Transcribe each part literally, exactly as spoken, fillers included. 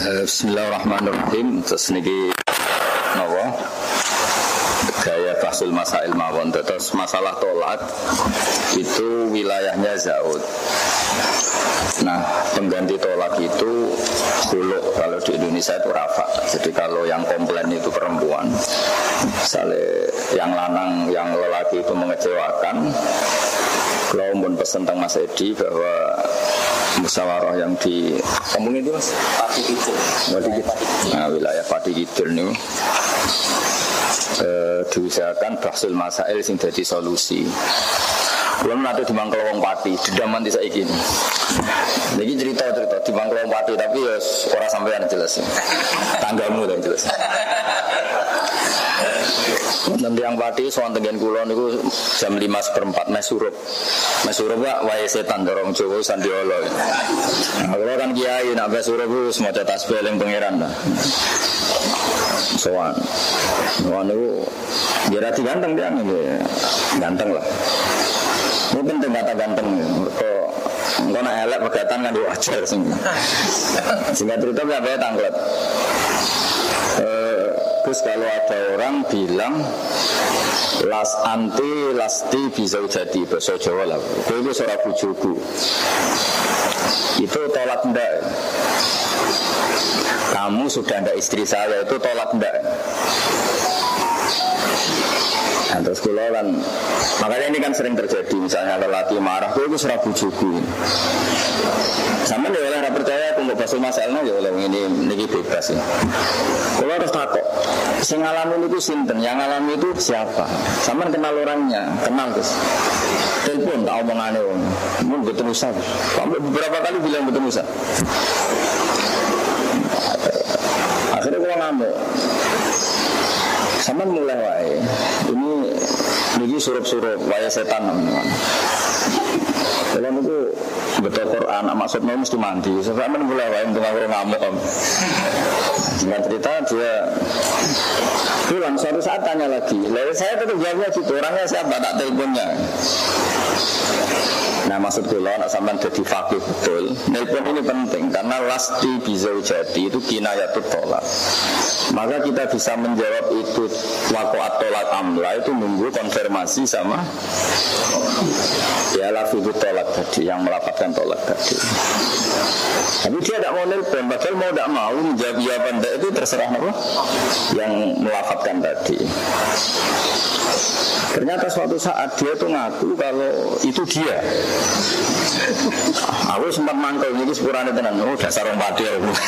Bismillahirrahmanirrahim. Terus niki napa? Gaya Basul Masail mawon. Terus masalah tolak itu wilayahnya Zaud. Nah, pengganti tolak itu khulu. Kalau di Indonesia itu rafa. Jadi kalau yang komplain itu perempuan, misalnya yang lanang, yang lelaki itu mengecewakan, kalau pun pesan tentang Mas Edi bahwa musyawarah yang di kampung itu Mas Pati Kidul, nah, wilayah Pati Kidul ini eh, diusahakan Basul Masail sing jadi solusi. Belum nanti di Mangkel Wong Pati, dedaman di saiki ini. Jadi cerita-cerita di Mangkel Wong Pati, tapi ya orang sampean jelas, tanggamu yang jelas. Nanti yang Pati soal tengen kulon itu jam lima seperempat mesurup, mesurup gak wae setan dorong Jawa Sandiolo. Nah, kalau kan kiai nak mesurup itu semua tasbih yang pangeran lah. Soal, soal itu biar hati ganteng dia nih, ganteng lah. Ini penting kata ganteng. Kok enggak nak elek pegatan kan wajar sih. Sehingga cerita apa ya tanglet. Eh, terus kalau ada orang bilang las anti lasti bisa jadi bahasa Jawa lah. Itu seorang bujuku. Itu tolak ndak. Kamu sudah ndak istri saya, itu tolak ndak. Nah, terus kalau kan, makanya ini kan sering terjadi, misalnya lelaki marah, itu serah bujuku. Sama dia oleh percaya, aku mau Basul Masailnya ya oleh ini, ini bebas ya. Kalau harus takut, yang ngalamin itu sinten, yang ngalamin itu siapa? Sama kenal orangnya, kenal terus. Telepon, tak omongannya, mau betul usah. Kamu beberapa kali bilang betul usah. Akhirnya gue ngamuk. Sama mulai wae. Ini niki surup-surup wae setan namanya. Kalau niku betul Quran, maksudnya mesti mandi. Sampai mulai wae untuk ngawur ngamuk om. Singkat cerita dia pulang suatu saat tanya lagi. Lalu saya tetap jawabnya gitu. Orangnya siapa? Tak teleponnya. Nah maksud gue lah, nak sampai jadi fakih betul. Nelpon ini penting karena lasti bisa jadi itu kinayatut tolak. Maka kita bisa menjawab itu waqa'at tolak amla itu nunggu konfirmasi sama ya lafidut tolak tadi yang melapatkan tolak tadi. Tapi dia tidak mau nelpon, padahal mau tidak mau menjawab ya benda itu terserah apa yang melafatkan tadi. Ternyata suatu saat dia tuh ngaku kalau itu dia. Aku sempat mangkel ini sepurane tenan, oh dasar orang Pati.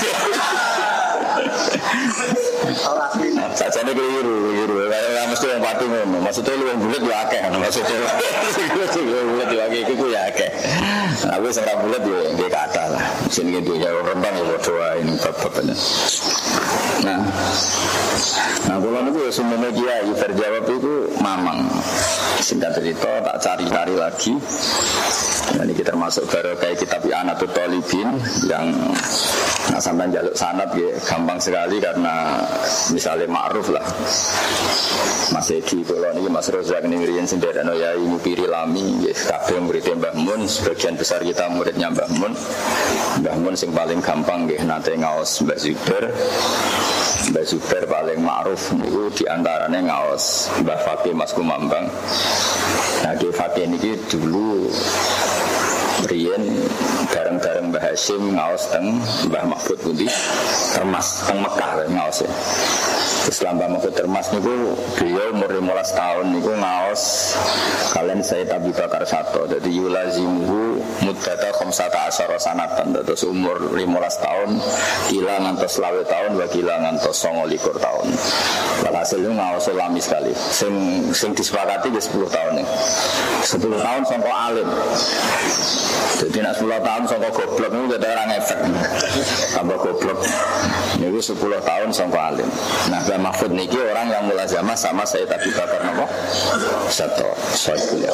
Saja nih keliru, keliru. Kayak mesti orang Pati ngono. Maksudnya lu yang bulat ya akeh, maksudnya lu bulat ya akeh, itu ya akeh. Aku sekarang bulat ya dia kata lah. Sini gitu ya orang bang ya doa ini bab-babnya. Nah, nah kalau itu semuanya dia terjawab itu mamang. Singkat cerita tak cari-cari lagi. Nah, ini kita termasuk baru kayak kitab I'anatul Talibin yang nah, sampai jaluk sanad ya gampang sekali karena misalnya ma'ruf lah. Mas Edi kalau ini Mas Rozak ini ngirian sendiri no ya ini piri lami ya kabeh muridnya Mbah Mun, sebagian besar kita muridnya Mbah Mun. Mbah Mun sing paling gampang nggih nate ngaos Mbah Zubair. Mbah Zubair paling ma'ruf niku diantaranya ngaos Mbah Fakih Mas Kumambang. Nah di Fakih niki dulu Rian bareng-bareng Mbah Hashim ngaos teng Mbah Mahfud pundi Termas teng Mekah ngaos ya. Islam Mbah Mahfud Termas niku beliau umur lima belas tahun niku ngaos kalian saya Abu Bakar Sato. Jadi yulazimuhu muddata khamsata asyara sanatan. Terus umur lima belas tahun kila ngantos selawe tahun wa kila ngantos songo likur tahun. Walhasil itu ngaos lami sekali. Sing sing disepakati ke sepuluh tahun nih. sepuluh tahun sampai alim. Jadi nak sepuluh tahun sampai goblok itu ada orang efek. Tambah goblok. Ini sepuluh tahun sampai alim. Nah, Mbah Mahfud niki orang yang mulazamah sama Sayyid Abu Bakar napa? Sato, Sayyid.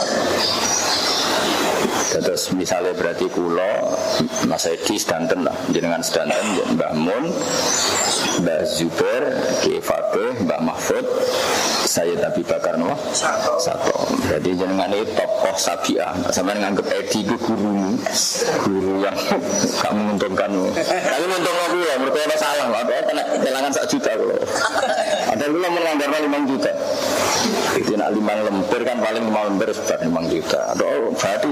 Terus misalnya berarti kulo Mas Edi sedanten lah, jenengan sedanten Mbah Mun, Mbah Zubair, Ki Fakih, Mbah Mahfud Sayyid Abi Bakar no? Sato. Sato. Jadi jenengan itu tokoh Sabiah. Sampai nganggep Edi itu gurumu, guru yang gak menguntungkan. Tapi menguntungkan aku ya, mereka ada salah lah. Ada kena kehilangan satu juta loh. Ada dulu melanggar lima juta. Itu nak lima lembar kan paling lima lembar sudah lima juta. Ada berarti.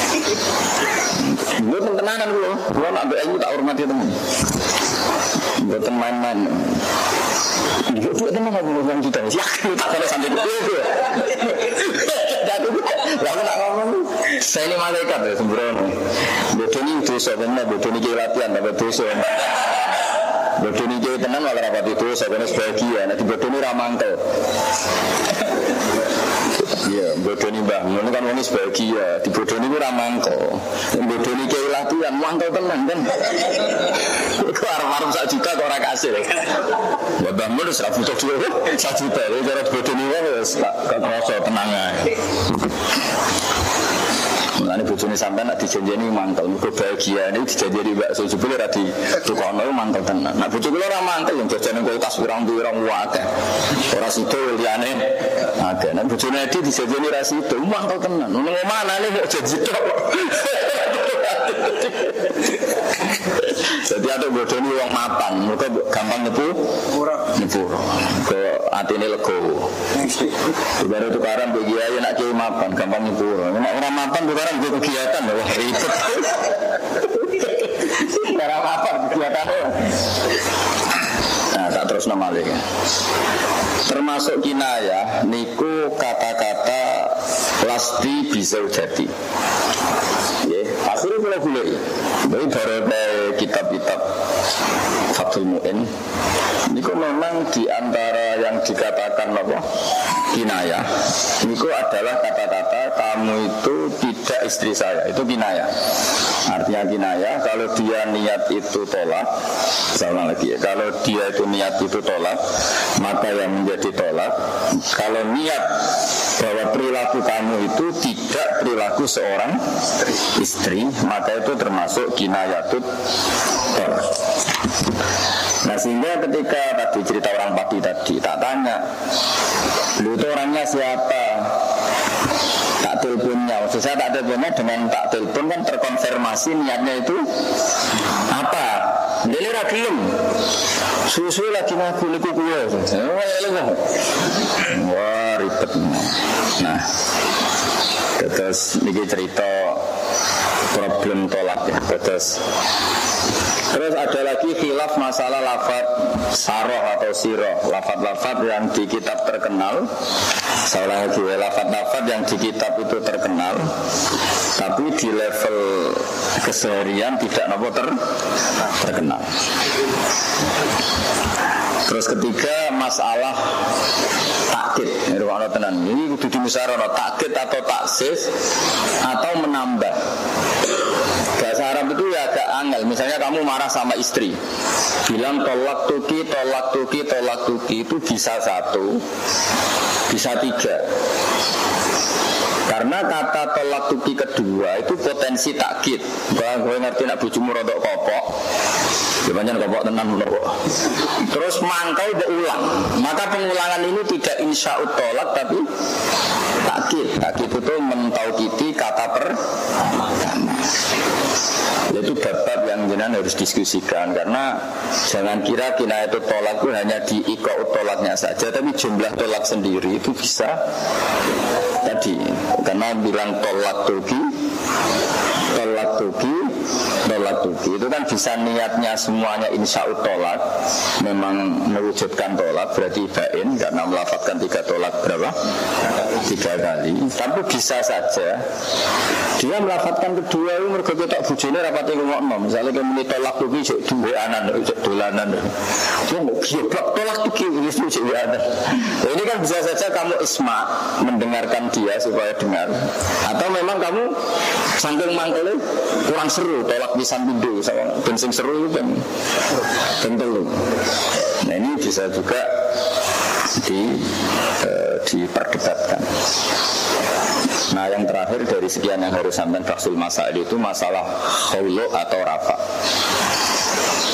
Gue tenanan loh. Gue nak ilmu tak hormati teman. Gue teman-teman. Gue buat teman aku lima juta. Yakin tak ada sampai itu. Lalu nak ngomong, saya ini malaikat ya sembrono. Bodoh ini dosa, benar bodoh ini latihan, tapi dosa. Bodoh ini tenan malah rapat itu, saya sebahagia. Nanti bodoh ini ramangkel. Iya, bodoh ini mbah, ini kan ini sebahagia. Di bodoh ini ramangkel. Bodoh ini latihan, mangkel tenan kan. Kau arm-arm satu juta kau orang kasih. Ya bang, lu sudah butuh dua satu juta. Jadi cara bodoh ini tak kerasa tenangnya. Mulane bojone sampean nek dijanjeni mantel, mergo bahagia ini dijanjeni bakso jebule ra di tukono mantel tenan. Nek bojo kula ora mantel, jajane kulkas pirang-pirang akeh. Ora sida liyane akeh. Nek bojone Edi dijanjeni ra sida, mantel tenan. Ngono manane kok janji tok. Jadi ada bodoh ni wong mapan, mereka gampang nyepu, nyepu. Ke atine lego. Baru tukaran bagi aja nak kiai mapan, gampang nyepu. Nak orang mapan tukaran buat kegiatan, wah ribet. Cara mapan kegiatan. Nah, tak terus nama lagi. Termasuk kinayah, niku kata-kata lasti bisa jadi. Ya, akhirnya kalau boleh. Jadi dari kitab-kitab Fathul Mu'in ini kok memang diantara yang dikatakan apa kinayah ini kok adalah kata-kata kamu itu tidak istri saya, itu kinayah. Artinya kinayah kalau dia niat itu tolak, sama lagi ya, kalau dia itu niat itu tolak maka yang menjadi tolak. Kalau niat bahwa perilaku kamu itu tidak perilaku seorang istri, maka itu termasuk kinayatut tolak. Nah sehingga ketika tadi cerita orang Pati tadi tak tanya, lu itu orangnya siapa? Tak teleponnya, maksud saya tak teleponnya dengan tak telepon kan terkonfirmasi niatnya itu apa? Dia ragilum susu lagi ngaku liku kuwe. Wah ribet. Nah terus ini cerita problem tolak ya. Terus Terus ada lagi khilaf masalah lafaz saroh atau siroh, lafaz-lafaz yang di kitab terkenal. Salah lagi lafaz-lafaz yang di kitab itu terkenal, tapi di level keseharian tidak nopo ter terkenal. Terus ketiga masalah takkid, ini kudu dimusyawarah takkid atau taksis atau menambah. Bahasa Arab itu ya agak angel. Misalnya kamu marah sama istri, bilang tolak tuki, tolak tuki, tolak tuki, itu bisa satu, bisa tiga. Karena kata tolak tuki kedua itu potensi takkid. Bahwa gue ngerti nak bojomu rodok kopok, gimana kopok tenan menurut. Terus mangkau diulang, maka pengulangan ini tidak insya'ut tolak tapi takkid. Takkid itu mentaukiti kata pertama. Itu bab-bab yang jenengan harus diskusikan, karena jangan kira kinayah itu tolak itu hanya di iqa'ut tolaknya saja, tapi jumlah tolak sendiri itu bisa tadi, karena bilang tolak tuki, tolak tuki, tolak tuki itu kan bisa niatnya semuanya insya'ut tolak, memang mewujudkan tolak berarti bain karena melafazkan tiga tolak berapa? Tiga kali. Tapi bisa saja dia melafazkan kedua itu mergo ketok bojone rapati ngomongno. Misalnya kamu muni tolak tuki cek duwe anan, cek dolanan. Wong goblok tolak tuki wis cek duwe anan. Ini kan bisa saja kamu isma mendengarkan dia supaya dengar, atau memang kamu saking mangkele kurang seru tolak pisan pindho sama ben sing seru itu kan tentu. Nah ini bisa juga di eh, diperdebatkan. Nah yang terakhir dari sekian yang harus sampai Fathul Masail itu masalah khulu atau rafa.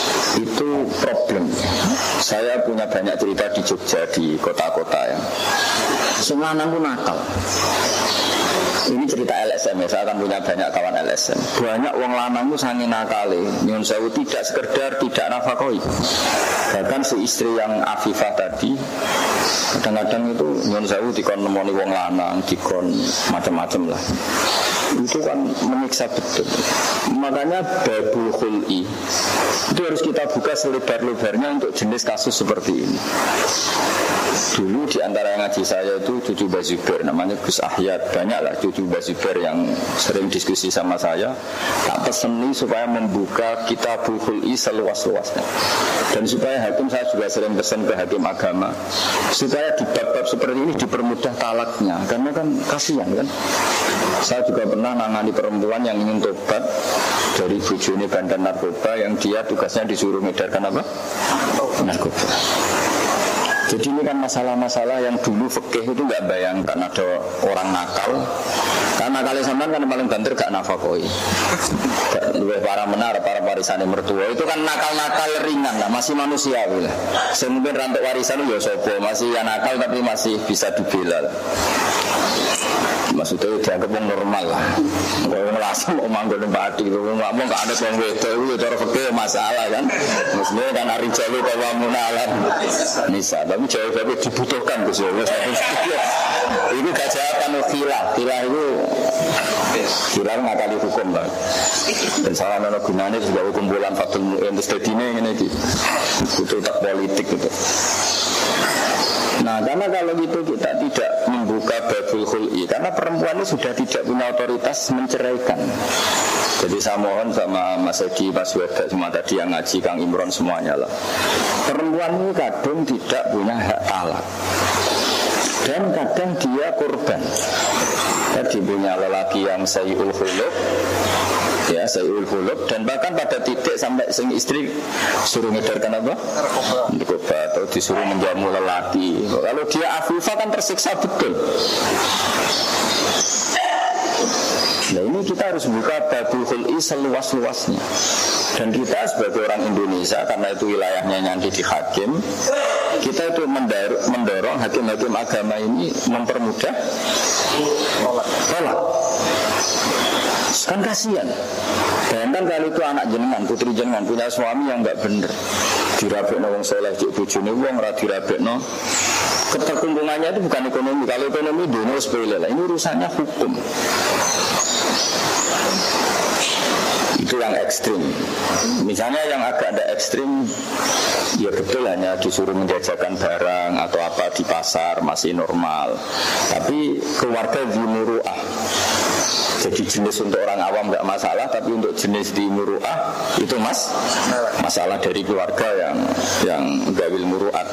Itu problem. Saya punya banyak cerita di Jogja, di kota-kota ya. Semua anakku nakal. Ini cerita L S M ya, saya akan punya banyak kawan L S M. Banyak wong lanang itu sange nakale, nyun sewu tidak sekedar tidak nafakoi. Bahkan si istri yang Afifah tadi, kadang-kadang itu nyun sewu dikon nemoni wong lanang, dikon macam-macam lah. Itu kan menyiksa betul. Makanya babul khul'i itu harus kita buka selebar-lebarnya untuk jenis kasus seperti ini. Dulu di antara yang ngaji saya itu cucu Mbah Zubair, namanya Gus Ahyad. Banyaklah cucu Mbah Zubair yang sering diskusi sama saya. Tak peseni supaya membuka kitabul khul'i seluas-luasnya. Dan supaya hakim, saya juga sering pesan ke hakim agama, supaya di bab-bab seperti ini dipermudah talaknya. Karena kan kasihan kan. Saya juga pernah nangani perempuan yang ingin tobat dari bojone bandar narkoba, yang dia tugasnya disuruh ngedarkan apa? Narkoba. Jadi ini kan masalah-masalah yang dulu fikih itu nggak bayangkan ada orang nakal. Karena nakal sampean kan paling banter gak nafakoi. Luwih para menar, para warisane mertua itu kan nakal-nakal ringan lah, masih manusiawi lah. Mungkin rantuk warisan ya sapa, masih ya nakal tapi masih bisa dibela lah. Maksudnya dianggap yang normal lah. Kalau ngelasem mau manggon pati, kalau nggak mau nggak ada yang wedok itu cara fikih masalah kan. Maksudnya kan hari jalu kalau munalan nisa, tapi jawab-jawab dibutuhkan Gus. Ini gak jawaban khilah, khilah itu khilah ngakali hukum lah. Dan salah nono gunanya juga hukum bulan fatul mu'in istedine ini gitu. Butuh tak politik gitu. Nah, karena kalau gitu kita tidak membuka babul khul'i, karena perempuan itu sudah tidak punya otoritas menceraikan. Jadi saya mohon sama Mas Edi, Mas Weda, semua tadi yang ngaji, Kang Imron, semuanya lah. Perempuan ini kadang tidak punya hak talak, dan kadang dia korban. Tadi punya lelaki yang sayyul khuluq, ya sayyul khuluq, dan bahkan pada titik sampai sing istri suruh ngedarkan apa? Narkoba, atau disuruh menjamu lelaki. Kalau dia afifah kan tersiksa betul. Nah ini kita harus buka babul khul'i seluas-luasnya. Dan kita sebagai orang Indonesia, karena itu wilayahnya nanti di hakim, kita itu mendorong, mendorong hakim-hakim agama ini mempermudah tolak. Kan kasihan. Bayangkan kalau itu anak jenengan, putri jenengan punya suami yang enggak bener, dirabekno wong saleh, cek bojone wong ora dirabekno. Keterkungkungannya itu bukan ekonomi. Kalau ekonomi dunia sepele lah. Ini urusannya hukum. Itu yang ekstrim. Misalnya yang agak ada ekstrim, ya betul hanya disuruh menjajakan barang atau apa di pasar masih normal. Tapi keluarga dimuru'ah. Jadi jenis untuk orang awam nggak masalah, tapi untuk jenis di muru'ah itu mas masalah dari keluarga yang yang gawil muru'at.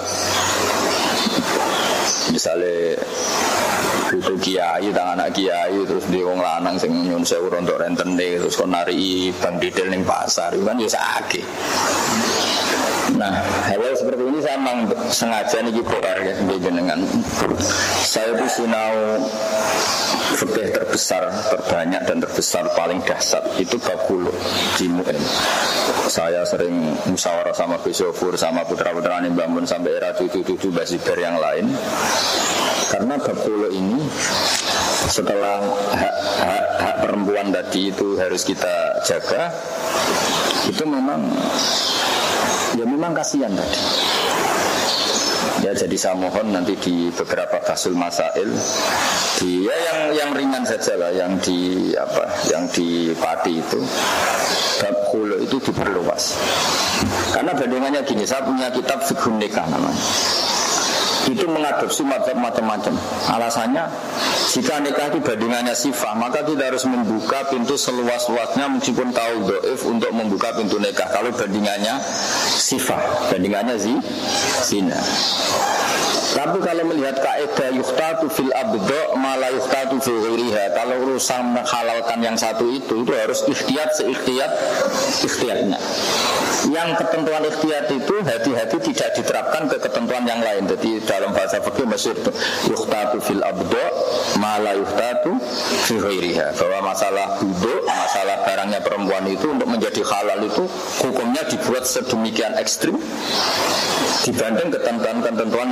Misalnya butuh kiai, tangan anak kiai, terus dia wong lanang sing nyun sewu untuk rentene, terus kon nari bang didel ning pasar, itu kan ya sakit. Nah, hal seperti ini saya memang sengaja nih gitu ya, jenengan. Saya itu sinau fikih terbesar, terbanyak dan terbesar paling dahsyat itu bab khulu di Mu'in. Saya sering musyawarah sama Besofur, sama putra-putra Mbah Mun sampai era cucu-cucu Mbah Zubair yang lain. Karena bab khulu ini setelah hak, hak, hak perempuan tadi itu harus kita jaga, itu memang ya memang kasihan tadi. Ya jadi saya mohon nanti di beberapa basul masail di ya yang yang ringan saja lah, yang di apa yang di pati itu bab khulu itu diperluas. Karena bandingannya gini, saya punya kitab fiqhun nikah namanya. Itu mengadopsi mazhab macam-macam. Alasannya jika nikah itu bandingannya sifah, maka kita harus membuka pintu seluas-luasnya meskipun tahu dhaif untuk membuka pintu nikah. Kalau bandingannya sifah, bandingannya zi, zina. Tapi kalau melihat kaidah yuhtatu fil abdo malah yuhtatu fil ghiriha, kalau urusan menghalalkan yang satu itu itu harus ikhtiyat seikhtiat ikhtiyatnya. Yang ketentuan ikhtiyat itu hati-hati tidak diterapkan ke ketentuan yang lain. Jadi dalam bahasa fikih masyhur yuhtatu fil abdo malah yuhtatu fil ghiriha, bahwa masalah buduk, masalah barangnya perempuan itu untuk menjadi halal itu hukumnya dibuat sedemikian ekstrim dibanding ketentuan-ketentuan yang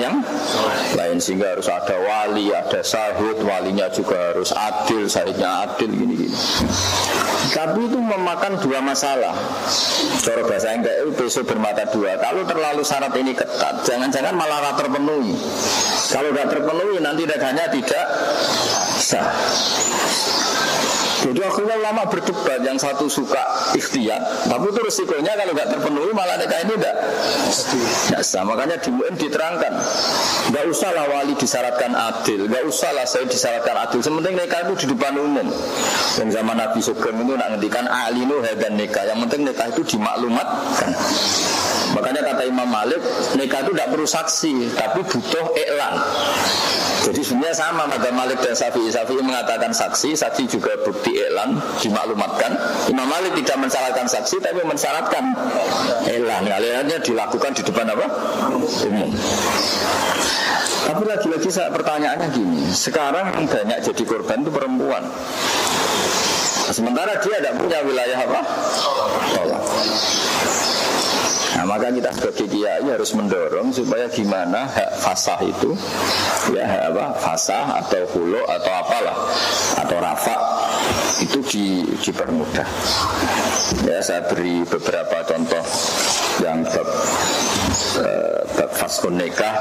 lain, sehingga harus ada wali, ada sahid, walinya juga harus adil, sahidnya adil, gini-gini. Tapi itu memakan dua masalah. Cara bahasa Inggris itu pisau bermata dua. Kalau terlalu syarat ini ketat, jangan-jangan malah terpenuhi. Kalau tidak terpenuhi nanti nikahnya tidak sah. Jadi akhirnya ulama berdebat, yang satu suka ikhtiyat, tapi itu resikonya kalau nggak terpenuhi malah nikah ini tidak tidak sah. Makanya di U N diterangkan, nggak usahlah wali disyaratkan adil, nggak usahlah saya disyaratkan adil. Sementing nikah itu di depan umum. Yang zaman Nabi Sugeng itu nak ngendikan alinu hadan nikah. Yang penting nikah itu dimaklumatkan. Makanya kata Imam Malik, nikah itu tidak perlu saksi, tapi butuh iklan. Jadi sebenarnya sama, Madzhab Malik dan Syafi'i. Syafi'i mengatakan saksi, saksi juga bukti iklan, dimaklumatkan. Imam Malik tidak mensyaratkan saksi, tapi mensyaratkan iklan. Iklannya dilakukan di depan apa? Umum. Tapi lagi-lagi saya pertanyaannya gini, sekarang yang banyak jadi korban itu perempuan. Sementara dia tidak punya wilayah apa? Tolak. Nah, maka kita sebagai kiai harus mendorong supaya gimana hak fasah itu, ya hak apa, fasah atau hulu atau apalah, atau rafa itu di, dipermudah. Ya, saya beri beberapa contoh yang bab, eh, bab faskun nikah.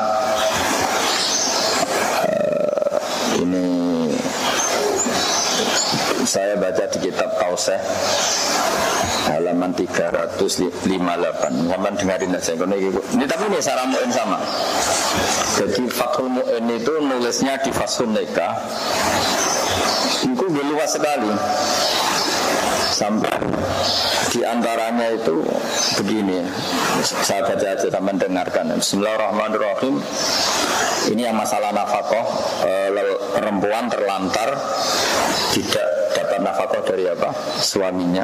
Eh, ini saya baca di kitab Tauseh halaman tiga ratus lima puluh delapan. Sampai dengarin aja ini, tapi ini Sarah Mu'in sama. Jadi Fathul Mu'in itu nulisnya di Fathul Nikah itu luas sekali. Sampai di antaranya itu begini, saya baca aja sampai dengarkan. Bismillahirrahmanirrahim. Ini yang masalah nafkah, e, perempuan terlantar tidak dapat nafkah dari apa? Suaminya.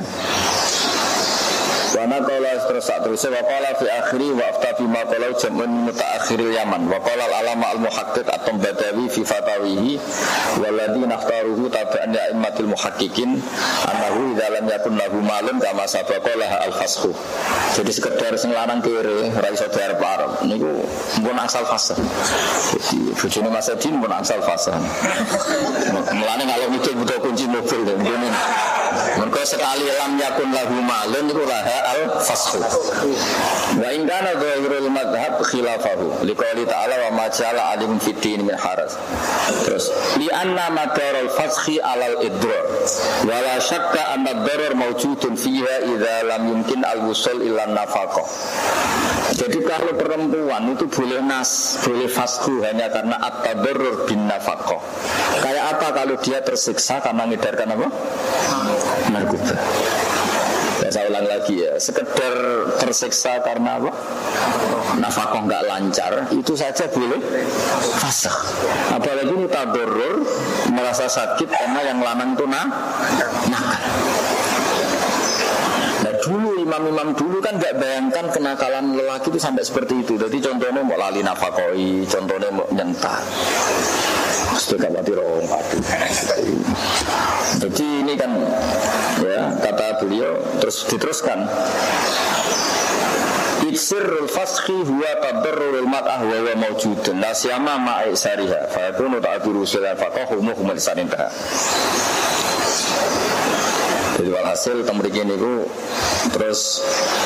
Wana qala terus terusnya wa qala fi akhiri wa afta fi ma qala jam'un mutaakhiril Yaman wa qala al-alama al-muhaqqiq at-Tambadawi fi fatawihi walladzi nakhtaruhu tab'an a'immatil muhaqqiqin annahu idza lam yakun lahu malun kama sabaqa laha al-fasxu. Jadi sekedar sing lanang kere ra iso diarep arep niku mun asal fasah. Jadi bojone Mas Edin mun asal fasah. Mulane kalau itu butuh kunci mobil deh ngene. Mergo sekali lam yakun lahu malun niku laha al-fasxu. Wa in kana ghairul madhhab khilafahu liqouli ta'ala wa ma ja'ala alim fiddin min haras. Terus li anna madarul fasxi alal idrar wa la syakka anna ad-darar mawjudun fiha idza lam yumkin al-wusul ila nafaqah. Jadi kalau perempuan itu boleh nas, boleh fasxu hanya karena at-tadarrur bin nafaqah. Kayak apa kalau dia tersiksa karena ngedarkan apa? Narkoba. Ya, saya ulang lagi ya, sekedar tersiksa karena apa? Nafkah nggak lancar, itu saja boleh fasakh. Apalagi ini tadarrur, merasa sakit karena yang lanang itu nah, nakal. Nah dulu imam-imam dulu kan nggak bayangkan kenakalan lelaki itu sampai seperti itu. Jadi contohnya mau lali nafakoi, contohnya mau nyentak. Sudah mati roh padu. Jadi ini kan ya kata beliau terus diteruskan. Iksirul fasxi huwa tadarrurul mar'ah wa huwa mawjudun la siyama ma'i sariha fa yakunu ta'duru sulal faqahu muhmal saninta. Jadi walhasil temriki niku terus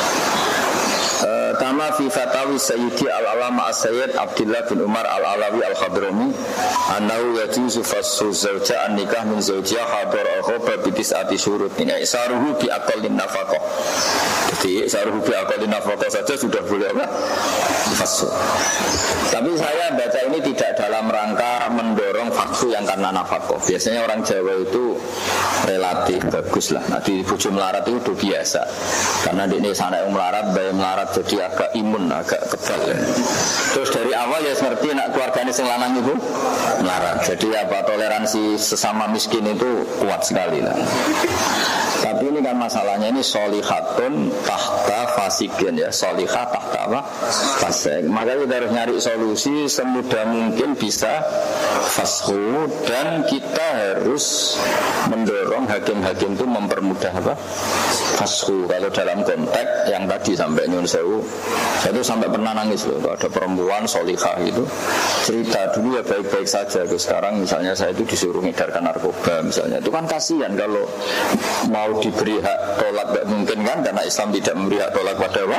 kama fi fatawi Sayyidi al-Alama as-Sayyid Abdullah bin Umar al-Alawi al-Khadrami annahu yajuzu fassu zawja an-nikah min zawjiha hadar al-khoba bi tis'ati syurut min isaruhu bi aqallin nafaqah. Jadi isaruhu bi aqallin nafaqah saja sudah boleh apa? Fassu. Tapi saya baca ini tidak dalam rangka mendorong fassu yang karena nafaqah. Biasanya orang Jawa itu relatif bagus lah. Nah di bojo melarat itu udah biasa. Karena di ini sana yang melarat, bayi melarat jadi agak imun, agak kebal ya. Terus dari awal ya seperti nak keluarganya sing lanang itu melarat. Jadi apa toleransi sesama miskin itu kuat sekali lah. Tapi ini kan masalahnya ini solihatun tahta fasikin ya, solihah tahta apa? Fasik. Maka kita harus nyari solusi semudah mungkin bisa fashu, dan kita harus mendorong hakim-hakim itu mempermudah apa? Fashu. Kalau dalam konteks yang tadi sampai nyun sewu, saya itu sampai pernah nangis loh. Ada perempuan solikah itu cerita dulu ya baik-baik saja, terus sekarang misalnya saya itu disuruh ngedarkan narkoba misalnya, itu kan kasihan kalau mau diberi hak tolak tidak mungkin kan, karena Islam tidak memberi hak tolak pada apa?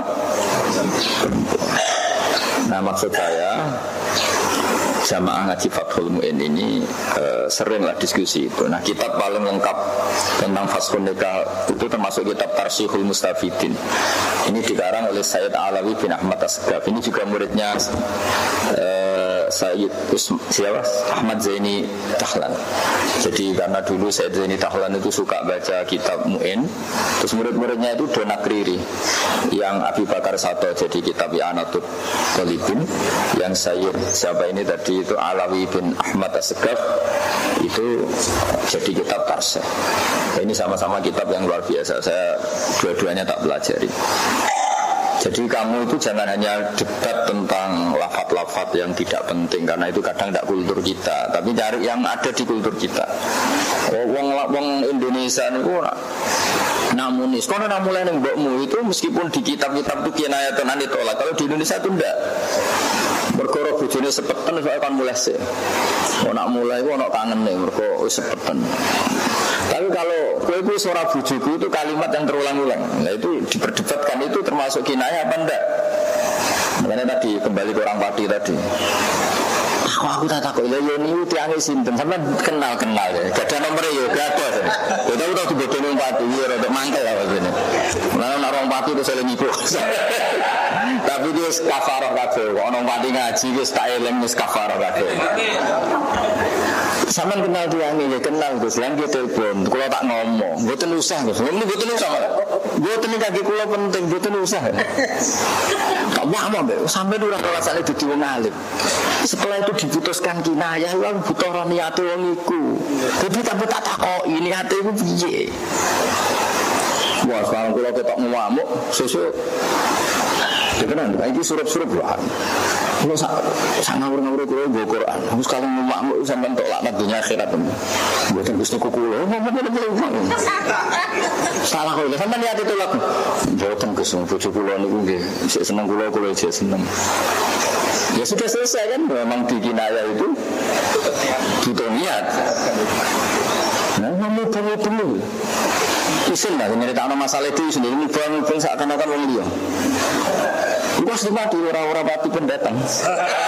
Nah maksud saya jamaah ngaji Fathul Mu'in ini uh, seringlah diskusi itu. Nah kitab paling lengkap tentang Fashun Nikah itu termasuk kitab Tarsyihul Mustafidin. Ini dikarang oleh Sayyid Alawi bin Ahmad As-Segaf. Ini juga muridnya uh, Sayyid Usm, siapa? Ahmad Zaini Dahlan. Jadi karena dulu Sayyid Zaini Dahlan itu suka baca kitab Mu'in, terus murid-muridnya itu Donakriri, yang Abi Bakar Sato jadi kitab I'anatul Talibin, yang Sayyid siapa ini tadi itu Alawi bin Ahmad As-Segaf itu jadi kitab Tarsih. Ini sama-sama kitab yang luar biasa. Saya dua-duanya tak pelajari. Jadi kamu itu jangan hanya debat tentang lafaz-lafaz yang tidak penting, karena itu kadang tidak kultur kita. Tapi cari yang ada di kultur kita. Wong wong Indonesia itu namunis. Kalau namulai yang mbokmu itu meskipun di kitab-kitab itu kinayatun an ditolak. Kalau di Indonesia itu tidak. Berkorok bujune sepetan soalnya kan mulai sih. Mau nak mulai, mau nak kangen nih berkorok sepetan. Tapi kalau kue itu suara bujuku itu kalimat yang terulang-ulang. Nah itu diperdebatkan, itu termasuk kinayah apa enggak? Makanya tadi kembali ke orang Pati tadi. Aku aku tak takut ya ini tiangnya sinten sampai kenal kenal ya. Gak ada nomornya ya gak ada. Kita udah dibodohin orang Pati ya rada mangkel lah begini. Lalu orang Pati itu saling ikut. Tapi dia kafarah kabeh. Orang Pati ngaji dia tak eleng dia kafarah kabeh. Sama kenal tiangnya ya kenal Gus. Yang dia telepon. Kalau tak ngomong, boten usah Gus. Ngomong boten usah malah. Boten kaki kula penting, boten usah. Tak mau mbak. Sampai dulu orang kelasane dadi wong alim. Setelah itu diputuskan kinayah, wong butuh ora niate wong iku. Tapi tak tak takoki niate iku piye. Wah, sekarang kula ketok ngamuk, sesuk Dekenan, ini surup-surup doang. Kalau sak ngawur-ngawur kulo nggo Quran, harus kalau ngamuk sampean tok laknat dunya akhirat. Mboten Gusti kulo, ngomong ngene. Salah kok, sampean niat itu laku. Mboten Gus, bojo kula niku nggih sik seneng kula kula sik seneng. Ya sudah selesai kan, memang di kinayah itu butuh niat. Nah, ngomong penuh-penuh. Isin lah, nyeritakno masalah itu sendiri mubang-mubang seakan-akan wong liya. Iku wis mati ora-ora pati pendatang. Wis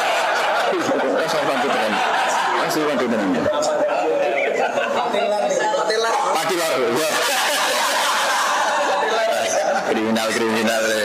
pati pendatang. Wis pati pendatang. Pati lor. Kriminal-kriminal.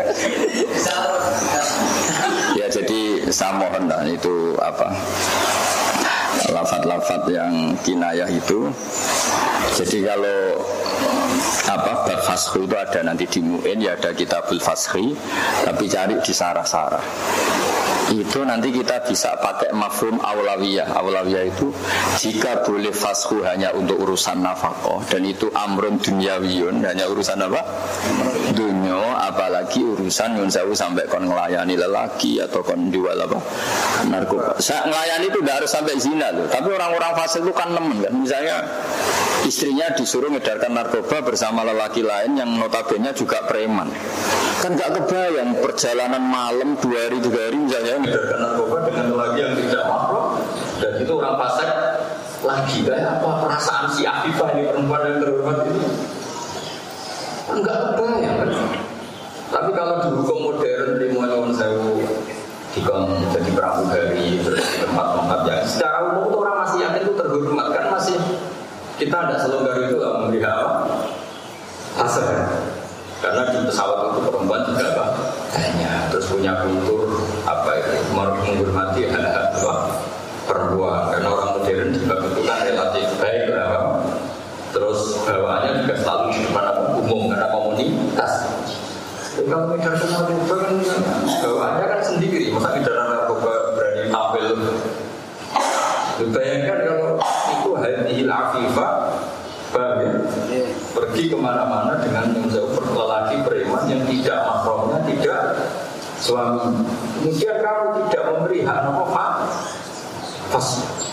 Ya jadi saya mohon lah itu apa? Lafaz-lafaz yang kinayah itu. Jadi kalau apa bab fashu itu ada nanti di Mu'in, ya ada kitabul fashi, tapi cari di sarah-sarah. Itu nanti kita bisa pakai mafhum awlawiyah. Awlawiyah itu jika boleh fashu hanya untuk urusan nafkah dan itu amrun dunyawiyun, hanya urusan apa? Dunya, apalagi urusan yang jauh sampai kon ngelayani lelaki atau kon jual apa? Narkoba. Saya ngelayani itu tidak harus sampai zina loh. Tapi orang-orang fasik itu kan nemen kan. Misalnya istrinya disuruh ngedarkan narkoba bersama lelaki lain yang notabene juga preman. Kan gak kebayang perjalanan malam dua hari tiga hari misalnya ngedarkan narkoba dengan lelaki yang tidak mahram, dan itu orang fasik lagi kayak apa perasaan si Afifah ini perempuan yang terhormat itu enggak kebayang kan. Tapi kalau di hukum modern di Mu'in Sewu dikon jadi pramugari terus di tempat-tempat yang secara umum itu orang masih yakin itu terhormat kan, masih kita tidak selonggar itu lah memberi hak asal. Karena di pesawat itu perempuan juga apa banyak, terus punya kultur apa itu menghormati hak-hak perempuan. Karena orang modern juga itu kan relatif baik lah. Terus bawaannya juga selalu di depan umum karena komunitas. Kalau bidara narkoba kan bawaannya kan sendiri, masa bidara narkoba berani tampil. Bayangkan kalau itu hadhil afifah, paham ya? Pergi kemana-mana dengan menjauh lelaki preman yang tidak mahramnya, tidak suami. Kemudian kamu tidak memberi hak apa? Pas.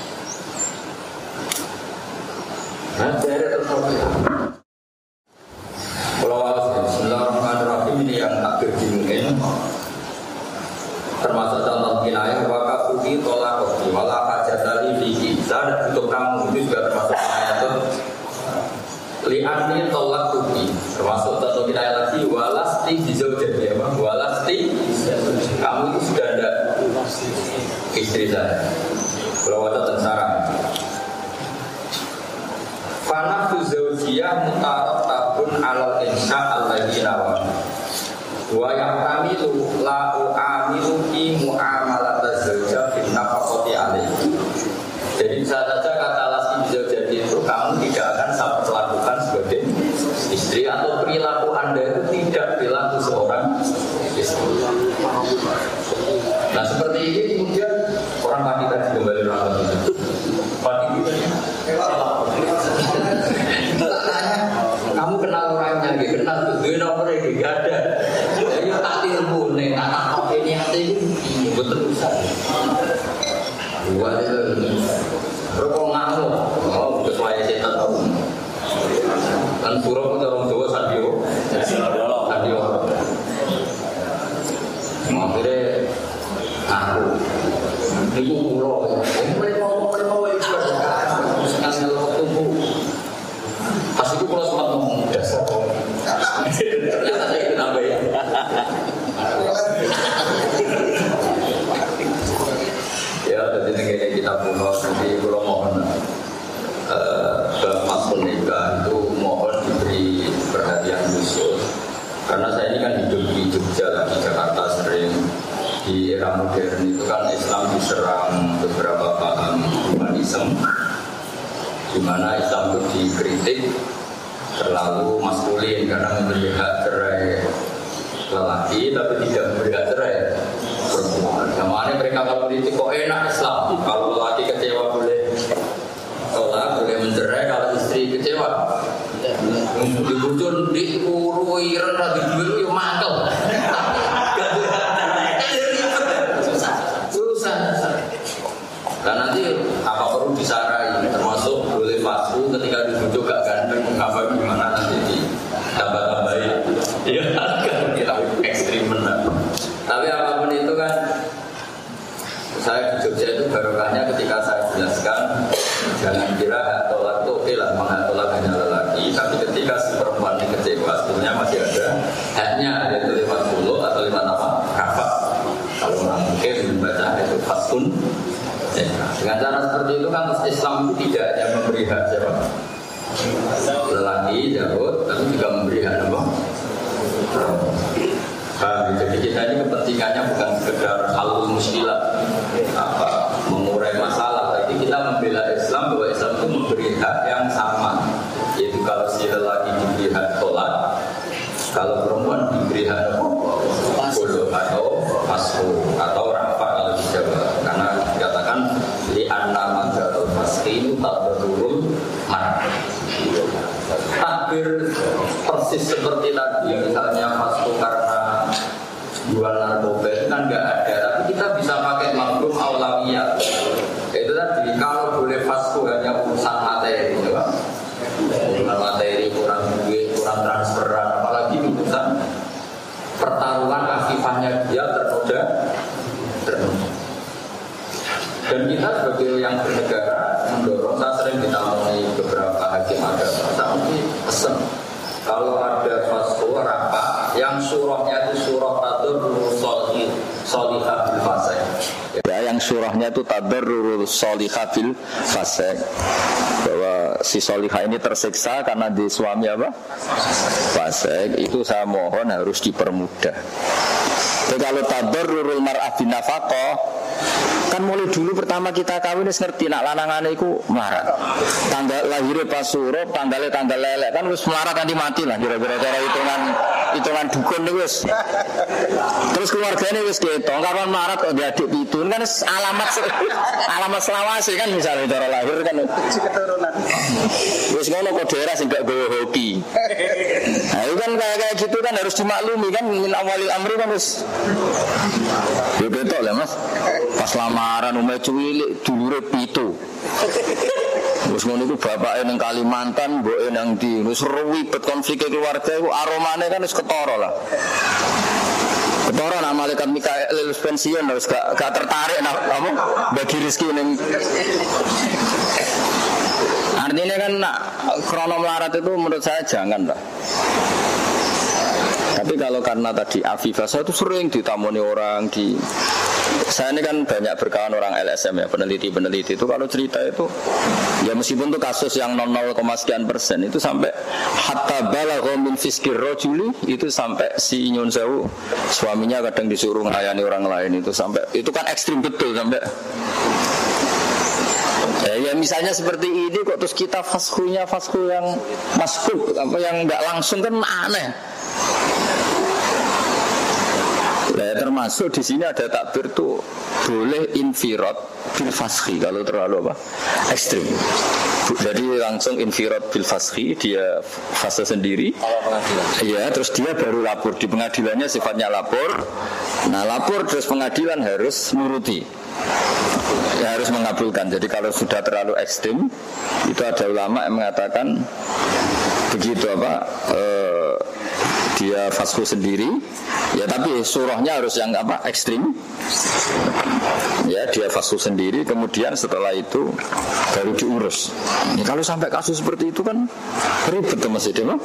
Nah, saya terus ya. Kalau Bismillahirrahmanirrahim ini yang tak mungkin termasuk contoh kinayah wakafuki tolak kopi wala hajatali fihi. Saya butuh kamu itu juga termasuk kinayah itu. Li'ani tolak kopi termasuk contoh kinayah lagi walasti hijau jadi apa? Walasti kamu itu sudah ada istri saya. Kalau ada tentara. Fanafsu zawjiyah mutarattabun alal insya alladhi nawa wa ya'tamilu la u'amilu ki mu'amalat zawjah bin nafaqati alaihi. Jadi bisa saja kata lasti zawjah itu kamu tidak akan saya perlakukan sebagai istri atau perilaku Anda itu tidak perilaku seorang istri. Nah seperti ini kemudian orang mati tadi kembali melakukan itu. Mati kita kamu kenal orangnya, gitu, kenal tuh, gue nomornya gitu, gak ada. Jadi tak ilmu nih, tak tahu ini hati ini, betul bisa. Buat itu, berkong ngamuk, oh kesuai setan tahu. Kan surau pun orang Jawa sadio, sadio. Akhirnya aku, ibu pulau, mereka mereka itu sekali waktu bu. Pas itu kalau sempat ngomong dasar ternyata saya itu nambah ya. Ya, jadi negara kita punya jadi kalau mohon ke Mas Punika itu mohon diberi perhatian khusus karena saya ini kan hidup di Jogja, di Jakarta sering di era modern itu kan Islam diserang beberapa paham humanisme di mana Islam itu dikritik terlalu maskulin karena memberi hak cerai lelaki tapi tidak memberi hak cerai perempuan. Namanya mereka kalau politik kok enak Islam kalau lelaki kecewa boleh tolak, boleh mencerai, kalau istri kecewa dibujur, diurui, rendah, dijual, ya mangkel susah susah dan nanti apa perlu disarai termasuk boleh fasku ketika dibujuk gak ganteng apa gimana nanti di tambah-tambahin ya kan kita ekstrim benar tapi apapun itu kan saya di Jogja itu barokahnya ketika saya jelaskan jangan kira hak tolak itu oke lah menghak tolak hanya lelaki tapi ketika si perempuan ini kecewa sebetulnya masih ada haknya yaitu lewat bulu atau lewat apa? Rafa kalau orang mungkin membaca itu fasun. Nah, dengan cara seperti itu kan Islam itu tidak hanya memberi hak siapa? Lelaki, jauh, tapi juga memberi hak apa? Nah, jadi kita ini kepentingannya bukan sekedar halul muskilah apa mengurai masalah, tapi kita membela Islam bahwa Islam itu memberi hak yang sama, yaitu kalau si lelaki diberi hak tolak, kalau perempuan diberi hak bulu atau masuk atau rafa kalau di Jawa, karena dikatakan li anna majatul fasqin tabrul mar. Takbir persis seperti tadi, misalnya fasku karena jual narkoba itu kan nggak ada, tapi kita bisa pakai mafhum aulawiyah. Itu tadi kalau boleh fasku hanya urusan materi, ya Pak. Urusan materi kurang duit, kurang transferan, apalagi urusan pertaruhan akifahnya dia ternoda, ternoda. Dan kita sebagai yang bernegara mendorong, saya sering ditamoni beberapa hakim agama, saya mesti pesen kalau ada fatwa rapat yang surahnya itu surah tadarrur sholihah bil fasik. Ya, yang surahnya itu tadarrur sholihah bil fasik, bahwa si sholihah ini tersiksa karena di suami apa? Fasik. Itu saya mohon harus dipermudah. Jadi kalau tadarrurul mar'ah bin nafaqah kan mulai dulu pertama kita kawin wis ngerti nak lanangane iku melarat. Tanggal lahirnya pas surup, tanggalnya tanggal lelek kan wis melarat nanti mati lah kira-kira cara hitungan hitungan dukun niku wis. Terus keluargane wis ketok kapan melarat kok diadik pitu kan alamat alamat selawase kan misalnya cara lahir kan keturunan. Wis ngono kok daerah sing gak gowo hoki. Nah itu kan kayak kayak gitu kan harus dimaklumi kan min awalil amri kan harus. Ya betul lah Mas. Pas lamaran umeh cuwilik dulure pitu. Terus ngono iku bapake ning Kalimantan, mboke nang ndi. Wis ruwet konflik keluarga iku aromane kan wis ketara lah. Ketara nak malaikat Mikael lulus pensiun wis gak, gak tertarik nak apa bagi rezeki ning. Artinya kan nak krono melarat itu menurut saya jangan lah. Tapi kalau karena tadi Afifah, saya itu sering ditamoni orang di. Saya ini kan banyak berkawan orang L S M ya, peneliti-peneliti itu kalau cerita itu ya meskipun itu kasus yang nol koma sekian persen itu sampai hatta balagha min fiskir rajuli itu sampai si nyun sewu suaminya kadang disuruh melayani orang lain itu sampai itu kan ekstrim betul sampai ya, ya misalnya seperti ini kok terus kita faskunya fasku yang maskuk apa yang nggak langsung kan aneh. Nah, termasuk di sini ada takbir tuh boleh infirad bil fashi kalau terlalu apa ekstrim. Jadi langsung infirad bil fashi dia fase sendiri. Iya, terus dia baru lapor di pengadilannya sifatnya lapor. Nah lapor terus pengadilan harus nuruti. Ya, harus mengabulkan. Jadi kalau sudah terlalu ekstrim itu ada ulama yang mengatakan begitu apa eh, dia fasku sendiri ya tapi surahnya harus yang apa ekstrim ya dia fasku sendiri kemudian setelah itu baru diurus ya, kalau sampai kasus seperti itu kan ribet Mas Idem.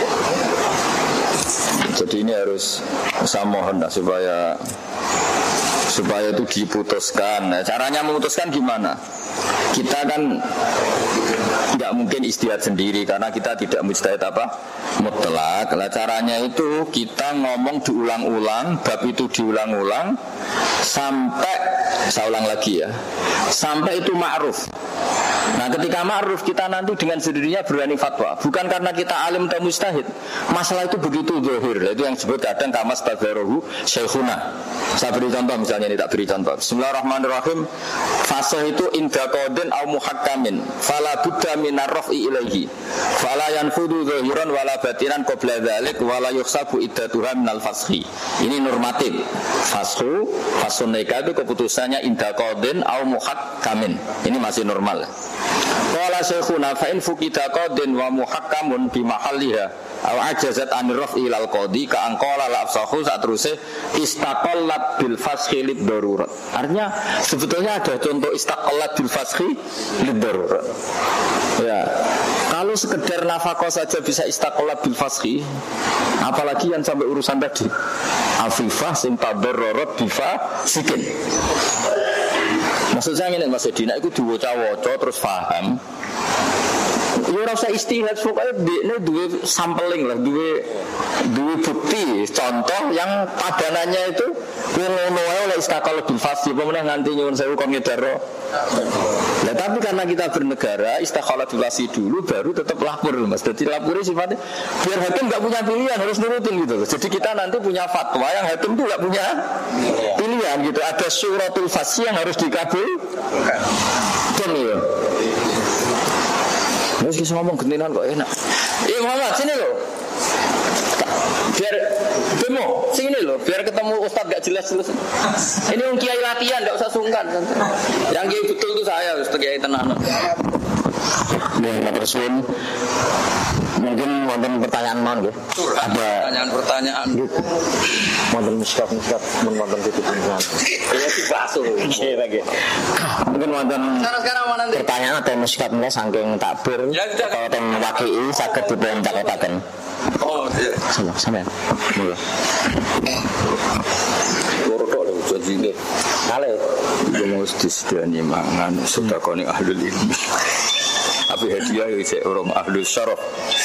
Jadi ini harus saya mohon lah supaya supaya itu diputuskan. Nah, caranya memutuskan gimana? Kita kan tidak mungkin ijtihad sendiri karena kita tidak mujtahid apa mutlak. Nah, caranya itu kita ngomong diulang-ulang, bab itu diulang-ulang sampai saya ulang lagi ya, sampai itu ma'ruf. Nah ketika ma'ruf kita nanti dengan sendirinya berani fatwa. Bukan karena kita alim atau mujtahid. Masalah itu begitu zahir. Itu yang disebut kadang kamas tadzaruhu syekhuna. Saya beri contoh misalnya ini tak beri contoh. Bismillahirrahmanirrahim. Fase itu inda qadin au muhakkamin fala budda minar raf'i ilaihi. Fala yanfudu zahiran wala batinan qabla dzalik wala yuhsabu iddatuha minal fashi. Ini normatif. Fashu, fasun nikah itu keputusannya inda qadin au muhakkamin. Ini masih normal. Qala syekhuna fa in fuqida qadin wa muhakkamun bi mahalliha aw ajazat an raf'i ilal qadi ka anqala la afsahu satruse istaqallat bil fashi lid darurat. Artinya sebetulnya ada contoh istaqallat bil fashi lid darurat. Ya. Kalau sekedar nafkah saja bisa istaqallat bil fashi, apalagi yang sampai urusan tadi. Afifah sing tadarrarat bifa sikin. Maksud saya ini Mas Edina itu diwaca-waca terus paham. Ya ora usah istihad pokoke dekne duwe sampling lah, duwe duwe bukti, contoh yang padanannya itu ngono wae oleh istaqal bil fasli, pemenang nganti nyuwun sewu kon ngedaro. Nah, tapi karena kita bernegara istaqal bil fasli dulu baru tetap lapor Mas. Jadi lapornya sifatnya biar hakim enggak punya pilihan harus nurutin gitu. Jadi kita nanti punya fatwa yang hakim itu enggak punya pilihan gitu. Ada suratul fasli yang harus dikabulkan. Demi terus kita ngomong gentinan kok enak. Eh Muhammad sini loh. Biar demo sini loh. Biar ketemu ustaz gak jelas-jelas. Ini yang kiai latihan gak usah sungkan. Yang kiai betul itu saya ustaz kiai tenan. Nih terus mungkin wonten pertanyaan mon nggih. Ada pertanyaan-pertanyaan. Wonten miskap-miskap mun wonten titipan. Ya dibahas nggih lagi. Mungkin wonten pertanyaan atau miskap nggih saking takbir atau teng wakil saged dipun cakotaken. Oh, iya. Sama sampean. Mula. Loro tok lho janjine. Kale mesti disediani mangan sedekane ahlul ilmi. Tapi hadiah ya cek orang ahlus syaraf.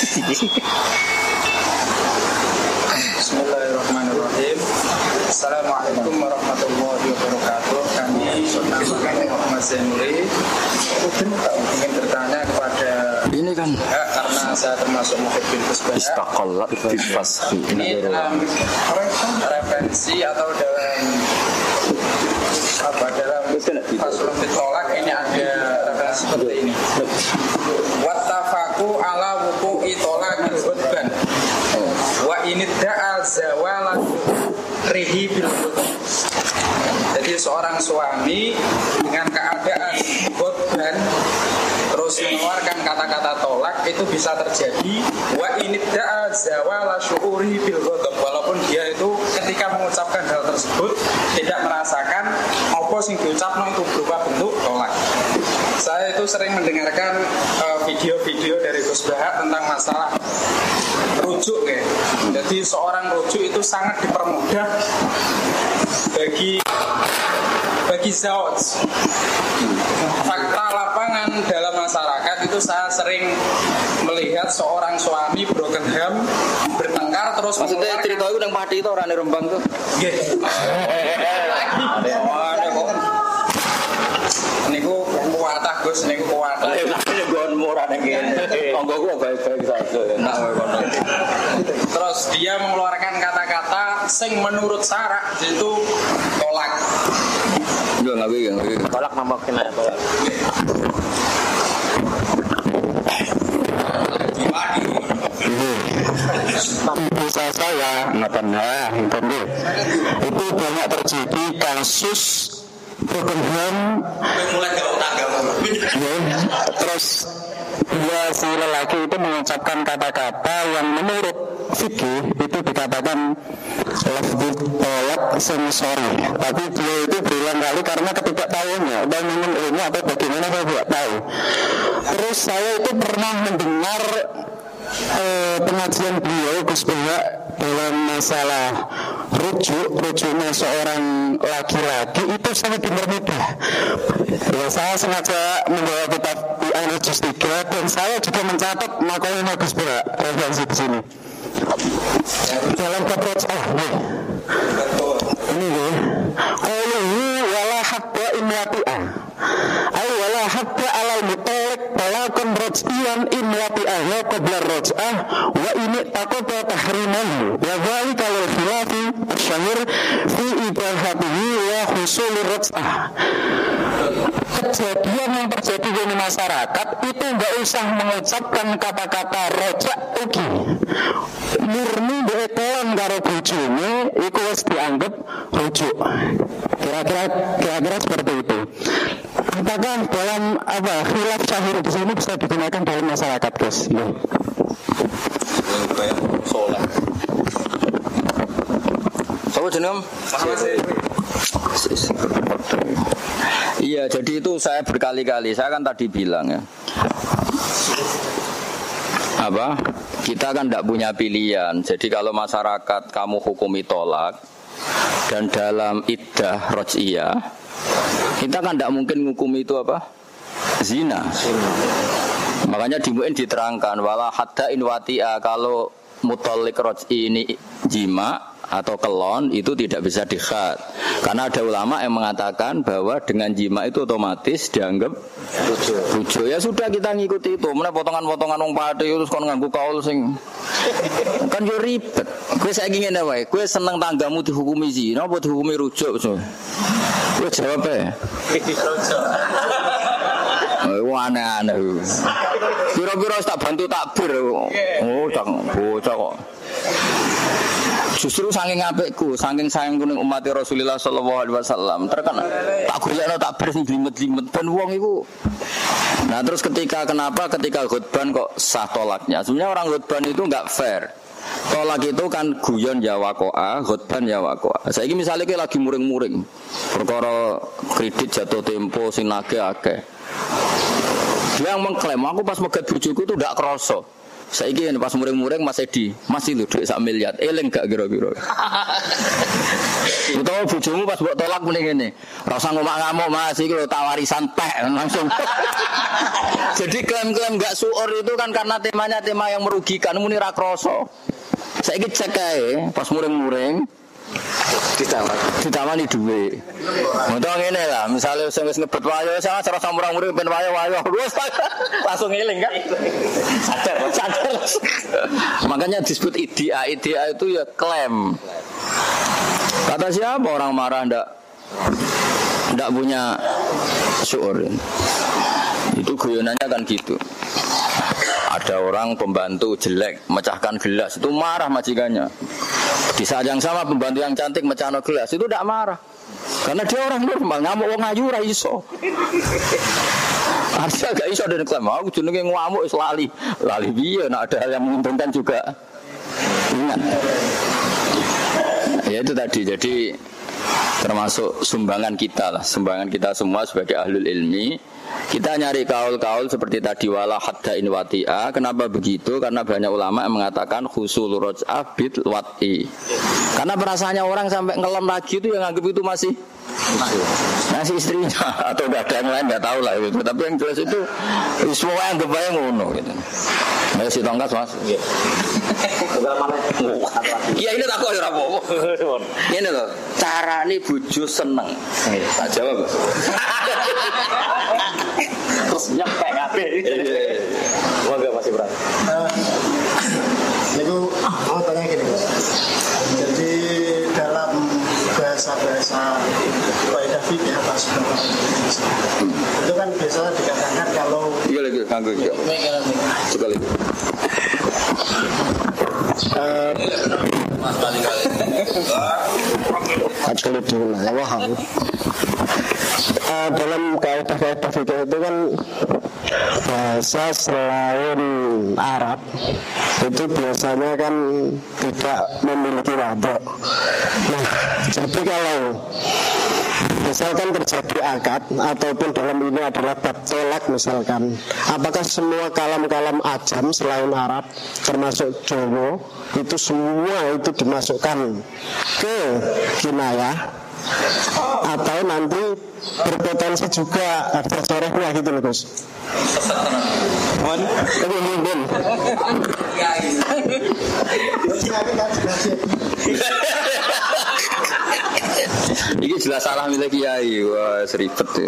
Bismillahirrahmanirrahim. Assalamualaikum warahmatullahi wabarakatuh. Kami Sultan Muhammad Zainuri ingin bertanya kepada ini kan ya, karena saya termasuk muhibbul musbah. Istaqallat bil fashi. Ini dalam referensi atau dalam apa dalam faslun ditolak ini ada referensi seperti ini. Wattafaku ala wuqu'i tolak al-hudban zawala rihi bil ghadab. Jadi seorang suami dengan keadaan ghadban terus mengeluarkan kata-kata tolak itu bisa terjadi wa inidda'a zawala syu'uri bil ghadab, walaupun dia itu ketika mengucapkan hal tersebut tidak merasakan apa sing diucapno itu berupa bentuk tolak. Saya itu sering mendengarkan uh, video-video dari Gus Bahak tentang masalah rujuk ya. Jadi seorang rujuk itu sangat dipermudah bagi bagi zauj. Fakta lapangan dalam masyarakat itu saya sering melihat seorang suami broken home bertengkar terus maksudnya cerita itu yang pati itu orang di Rembang tuh. Nggih. Ada kok. Niku kuatah Gus, niku kuatah. Nek gon murah nek ngene. Tonggoku baik-baik saja. Enak wae kono. Terus dia mengeluarkan kata-kata sing menurut syarak itu tolak. Yo enggak bisa, enggak bisa. Tolak nama kena tolak. Bisa saya ngeten ya, ngeten nggih. Itu banyak terjadi kasus broken home. Mulai jauh tanggamu. Terus dia si lelaki itu mengucapkan kata-kata yang menurut fikih itu dikatakan lafzul tolak sensori, tapi dia itu berulang kali karena ketidaktahuannya dan minum ilmu atau bagaimana saya tidak tahu. Terus saya itu pernah mendengar eh, pengajian beliau Gus Bahak dalam masalah rujuk, rujuknya seorang laki-laki itu sangat dipermudah. Ya, saya sengaja membawa kitab Al Juz tiga dan saya juga mencatat makalah Gus Bahak referensi di sini. Dalam kaproj ah nih. Ini nih. Qauluhu wala hatta imwati'ah. Ay wala hatta alal mutalik talakun raj'iyan imwati'ah wa qabla raj'ah wa ini taqaba tahrimahu wa dhalika lil khilafi asyahir fi ibahatihi wa husuli raj'ah. Kejadian yang terjadi di masyarakat itu enggak usah mengucapkan kata-kata rojak ugi murni beetelan karo bojone iku wis dianggap rujuk. Kira-kira kira-kira seperti itu. Apakah dalam apa khilaf syahir di sini bisa digunakan dalam masyarakat, Gus? Ya. Soleh. Siapa jeneng? Iya, jadi itu saya berkali-kali, saya kan tadi bilang ya, apa? Kita kan tidak punya pilihan. Jadi kalau masyarakat kamu hukumi tolak dan dalam iddah roj'iyah, kita kan tidak mungkin hukumi itu apa? Zina. Makanya di mu'in diterangkan wala hadda in wati'a, kalau mutalik roj'i ini jima atau kelon itu tidak bisa dikhat. Karena ada ulama yang mengatakan bahwa dengan jima itu otomatis dianggap rujuk. Ya sudah, kita ngikuti itu. Mana potongan-potongan wong pati terus kon nganggo kaul sing kan yo ribet. Kowe saiki ngene wae, kowe seneng tanggamu dihukumi zina apa dihukumi rujuk? Kowe jawab ae. Rujuk. Oh, aneh-aneh. Kira-kira tak bantu takbir. Oh, cang bocah kok. Justru saking apikku, saking sayangku ning umat Rasulullah sallallahu alaihi wasallam, terkenal tak golekno tak beres glimet-glimet ben wong iku. Nah, terus ketika kenapa ketika khutban kok sah tolaknya? Sebenarnya orang khutban itu enggak fair. Tolak itu kan guyon ya waqa'a, khutban ya waqa'a. Saiki misale ki lagi muring-muring. Perkara kredit jatuh tempo sing nagih akeh. Dia yang mengklaim aku pas megat bojoku itu ndak krasa. Saiki pas muring-muring Mas Edi, masih lho dhuwit sak miliar. Eling gak kira-kira. Utawa bojomu pas mbok tolak muni ngene. Ora usah ngomak-ngamuk Mas, iki lho tak warisan teh langsung. Jadi klaim-klaim enggak suur itu kan karena temanya tema yang merugikan, muni ra krasa. Saiki cek ae pas muring-muring ditawani ditawani dhuwit. Moto ngene lah, misale sing wis ngebet wayo sama cara samurang murid ben wayo-wayo langsung eling kan. Sadar, sadar. Makanya disebut idea, idea itu ya klaim. Kata siapa orang marah ndak ndak punya syuur. Itu guyonannya kan gitu. Ada orang pembantu jelek mecahkan gelas, itu marah majikannya. Di saat yang sama pembantu yang cantik mecano gelas itu tidak marah. Karena dia orang normal, ngamuk wong ayu ra iso. Harusnya gak iso dan klaim aku jenenge ngamuk wis lali. Lali piye nek ada hal yang menguntungkan juga. Ingat. Ya itu tadi. Jadi termasuk sumbangan kita lah, sumbangan kita semua sebagai ahlul ilmi. Kita nyari kaul-kaul seperti tadi wala hadda in wati'a. Kenapa begitu? Karena banyak ulama yang mengatakan khusul raj'ah bid wati. Karena perasaannya orang sampai ngelem lagi itu yang anggap itu masih masih istrinya atau udah ada yang lain nggak tahu lah gitu. Tapi yang jelas itu semua yang kebayang ngono gitu. Ayo si tongkat mas. Iya ini tak kok ora apa-apa. Ini loh, carane bojo seneng. Tak jawab. Terus nyepek kabeh. Moga masih berat. Itu mau tanya gini. Jadi dalam bahasa-bahasa kaidah fikih apa sebenarnya itu kan biasanya dikatakan kalau iya lagi kanggo iki. Coba lagi. Eh Mas balik kali. Actually dulu ya waham. Uh, dalam kaidah-kaidah fikih itu kan bahasa selain Arab itu biasanya kan tidak memiliki waduk. Nah, jadi kalau misalkan terjadi akad ataupun dalam ini adalah bab tolak misalkan, apakah semua kalam-kalam ajam selain Arab termasuk Jawa itu semua itu dimasukkan ke kinayah atau nanti berpotensi juga ada sorehnya gitu loh Gus. Mohon, tapi mungkin. Ini jelas salah milik kiai, wah seribet ya.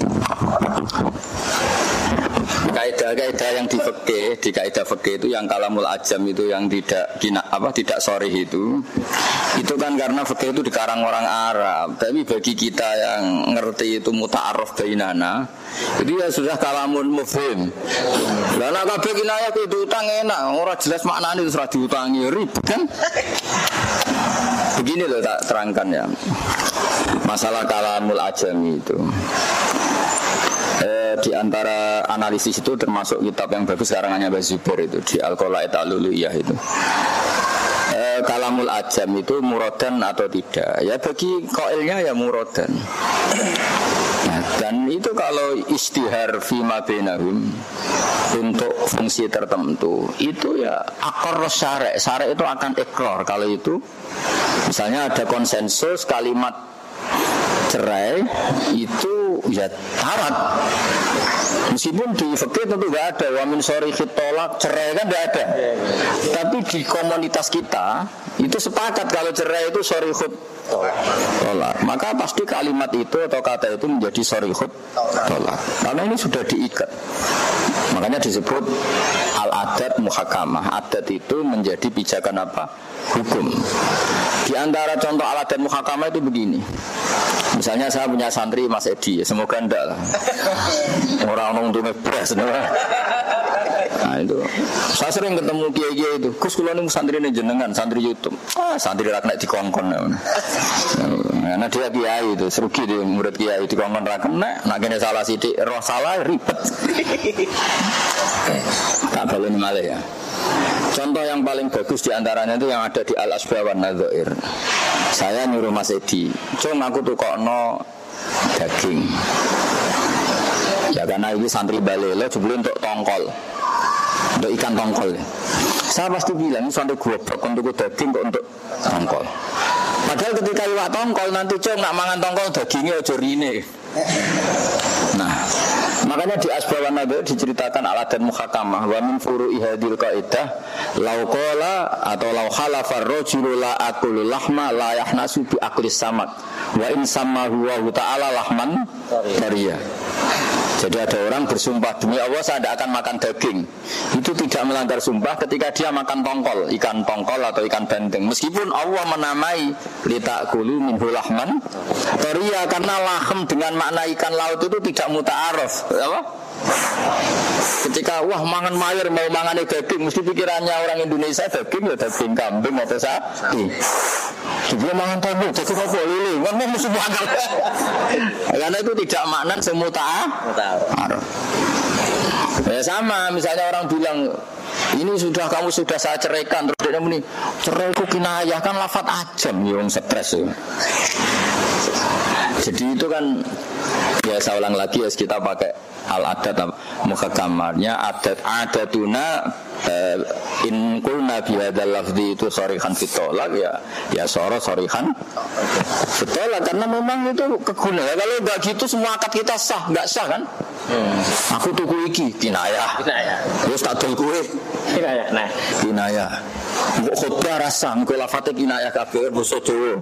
Kaidah-kaidah yang di fikih, di kaidah fikih itu yang kalamul ajam itu yang tidak kina, apa tidak sorih itu, itu kan karena fikih itu dikarang orang Arab. Tapi bagi kita yang ngerti itu muta'arraf bainana, itu ya sudah kalamun mufhim. Lah nek kabeh kinayah itu utang enak, ora jelas maknane terus ora diutangi, ribet kan? Begini loh tak terangkan ya. Masalah kalamul ajami itu. Eh, di antara analisis itu termasuk kitab yang bagus karangannya Mbah Zubair itu di Al-Qalaid Al-Luluyah itu. Eh, kalamul ajam itu muradan atau tidak? Ya bagi qailnya ya muradan. Nah, dan itu kalau istihar fima bainahum untuk fungsi tertentu itu ya akor syarek. Syarek itu akan ikrar kalau itu misalnya ada konsensus kalimat cerai itu ya syarat. Meskipun di fikih tentu tidak ada wa min syarihit tolak, cerai kan tidak ada. Tapi di komunitas kita itu sepakat kalau cerai itu syarihut tolak. Maka pasti kalimat itu atau kata itu menjadi syarihut tolak. Karena ini sudah diikat. Makanya disebut al-adat muhakamah. Adat itu menjadi pijakan apa? Hukum. Di antara contoh al-adat muhakamah itu begini. Misalnya saya punya santri Mas Edi, semoga enggak lah. Orang-orang untuk ngepres. Nah itu, saya sering ketemu kiai-kiai itu. Gus kula niku santrine jenengan, santri YouTube. Ah, santri ra kena dikongkon. Nah, dia kiai itu, serugi dia murid kiai dikongkon ra kena, nek kene salah sithik, roh salah ribet. Tak balen malih ya. Contoh yang paling bagus diantaranya itu yang ada di Al-Asbah wan Nadzair. Saya nyuruh Mas Edi, "Cung aku tukokno daging." Ya karena ini santri balelo jebule untuk tongkol. Untuk ikan tongkol. Saya pasti bilang ini santri goblok untuk daging kok untuk tongkol. Padahal ketika iwak tongkol nanti cung nak mangan tongkol dagingnya aja rine. Nah, makanya di Asbah wan Nadzair diceritakan alat dan muhakamah wa min furu'i hadil qaidah law qala atau law khalafa ar-rajulu la aqulu lahma la yahnasu bi aqlis samak wa in sammahu wa ta'ala lahman tariya. Jadi ada orang bersumpah demi Allah saya tidak akan makan daging. Itu tidak melanggar sumpah ketika dia makan tongkol, ikan tongkol atau ikan bandeng. Meskipun Allah menamai litakulu minhu lahman tariya, karena lahm dengan makna ikan laut itu tidak muta'aruf, apa? Ketika wah mangan mayur mau mangan daging, mesti pikirannya orang Indonesia daging ya daging kambing atau sapi. Dia mangan tamu, daging apa lele, ngomong mesti makan. Karena itu tidak makna semuta'ah. Ya sama, misalnya orang bilang ini sudah kamu sudah saya ceraikan, terus dia muni ceraiku kinayah kan lafadz ajam, yang stres ya. Jadi itu kan ya saya ulang lagi ya kita pakai al adat muhakamarnya adat adatuna uh, in kulna bihadzal lafzi itu sorihan fitolak ya ya soro sorihan fitolak karena memang itu kegunaan. Kalau enggak gitu semua akad kita sah, enggak sah kan? Hmm. Aku tuku iki kinayah. Kinayah. Wis tak dol kowe. Kinayah. Nah, kinayah. Mbok khotbah rasa engko lafate kinayah kabeh basa Jawa.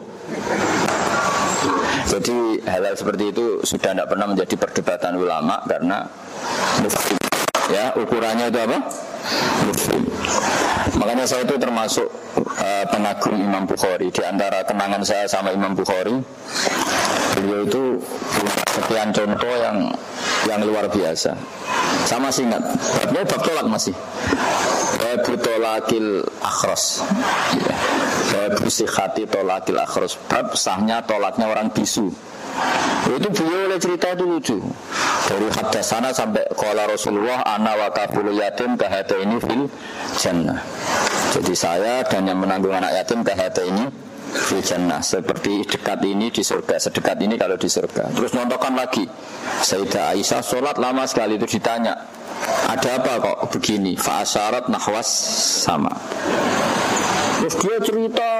Jadi hal-hal seperti itu sudah tidak pernah menjadi perdebatan ulama karena mufhim. Ya, ukurannya itu apa? Mufhim. Makanya saya itu termasuk uh, pengagum Imam Bukhari. Di antara kenangan saya sama Imam Bukhari, beliau itu sekian contoh yang yang luar biasa. Saya masih ingat, babnya bab tolak masih. Babu tolakil akhros. Babu sihati tolakil akhros. Bab sahnya tolaknya orang bisu. Itu beliau oleh cerita itu lucu. Dari hadasana sampai qala Rasulullah ana wa kafilul yatim kahataini fil jannah. Jadi saya dan yang menanggung anak yatim kahataini fil jannah, seperti dekat ini di surga, sedekat ini kalau di surga. Terus nontonkan lagi Sayyidah Aisyah sholat lama sekali, itu ditanya ada apa kok begini, fa asyarat nahwas sama. Terus dia cerita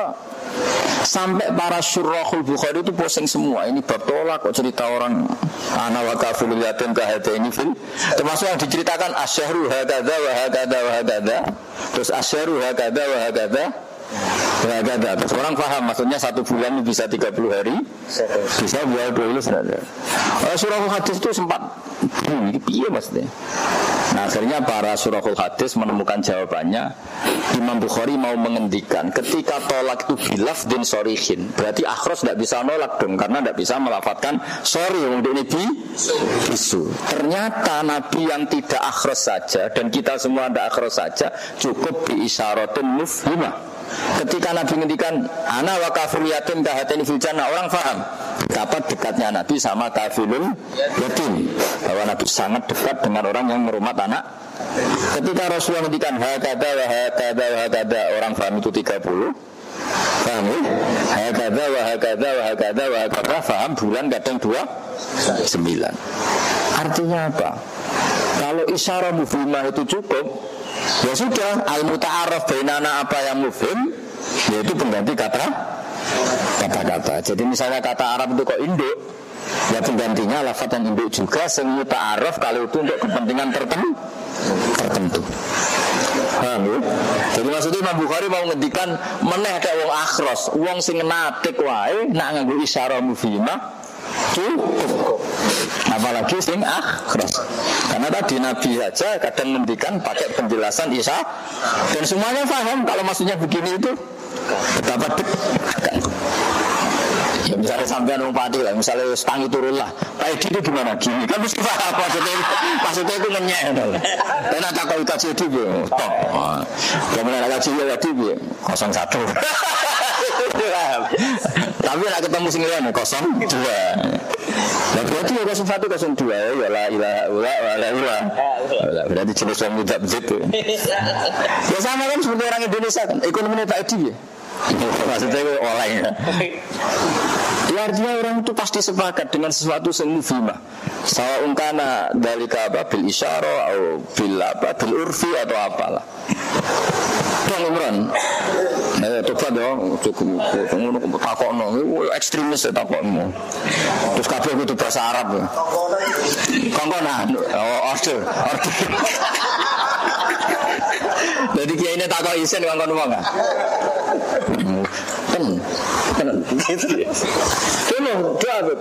sampai para syurahul Bukhari itu pusing semua. Ini bab tolak kok cerita orang ana wa kafilul yatim kahataini fil, termasuk yang diceritakan asyhru hakadza wa hakadza wa hakadza. Terus asyhru hakadza wa hakadza wa hakadza. Terus orang paham maksudnya satu bulan bisa tiga puluh hari, bisa dua puluh hari. Oh, surahul hadis itu sempat ini piye maksudnya. Nah akhirnya para surahul hadis menemukan jawabannya. Imam Bukhari mau mengendikan ketika tolak itu bilaf din sorihin, berarti akhros tidak bisa nolak dong, karena tidak bisa melafatkan sorry untuk ini bisu. Ternyata Nabi yang tidak akhros saja dan kita semua tidak akhros saja cukup bi isyaratun mufhimah. Ketika Nabi mengendikan ana wa kafil yatim kahatini fil jannah, orang paham betapa dekatnya Nabi sama kafilul yatim, bahwa Nabi sangat dekat dengan orang yang merumat anak. Ketika Rasulullah menghentikan hakada wa hakada wa hakada, orang paham itu tiga puluh. Paham ya? Hakada wa hakada wa hakada wa hakada, paham bulan kadang dua puluh sembilan. Artinya apa? Kalau isyarah mufhimah itu cukup, ya sudah, al-muta'arraf bainana apa yang mufhim, yaitu pengganti kata kata-kata. Jadi misalnya kata Arab itu kok induk, ya penggantinya lafaz yang induk juga, sing muta'arraf kalau itu untuk kepentingan tertentu. tertentu. Paham ya? Jadi maksudnya Imam Bukhari mau ngendikan meneh ada wong akhros, wong sing natik wae nak nganggo isyarah mufhimah cukup. Apalagi sing akhros. Karena tadi Nabi saja kadang ngendikan pakai penjelasan isya dan semuanya paham kalau maksudnya begini itu betapa dekat. Ya misalnya sampean wong pati lah, misalnya tangi turun lah, Pak Edi itu gimana? Gini, kan mesti paham maksudnya, maksudnya itu ngenyek. Dan ada kau kaji Edi bu, top. Kemudian ada kaji Edi bu, kosong satu. Tapi nak ketemu singgiran kosong dua. Nah berarti ya kosong satu kosong dua ya la ilaha illa wa la ilaha. Berarti jenis yang mudah begitu. Ya sama kan seperti orang Indonesia kan, ekonominya Pak Edi ya. Maksudnya itu olehnya. Ya artinya orang itu pasti sepakat dengan sesuatu yang mufhimah. Sawa ungkana dalika apa bil isyara atau bil apa bil urfi atau apalah. Bang Imran, eh coba dong, cukup ngono takokno, ekstremis takokno. Terus kabeh kudu bahasa Arab. Kongkonan, oh order, order. Jadi kiai ini takok isen kongkon wong ah. Ten, ten, gitu ya. Dulu, doa Beb.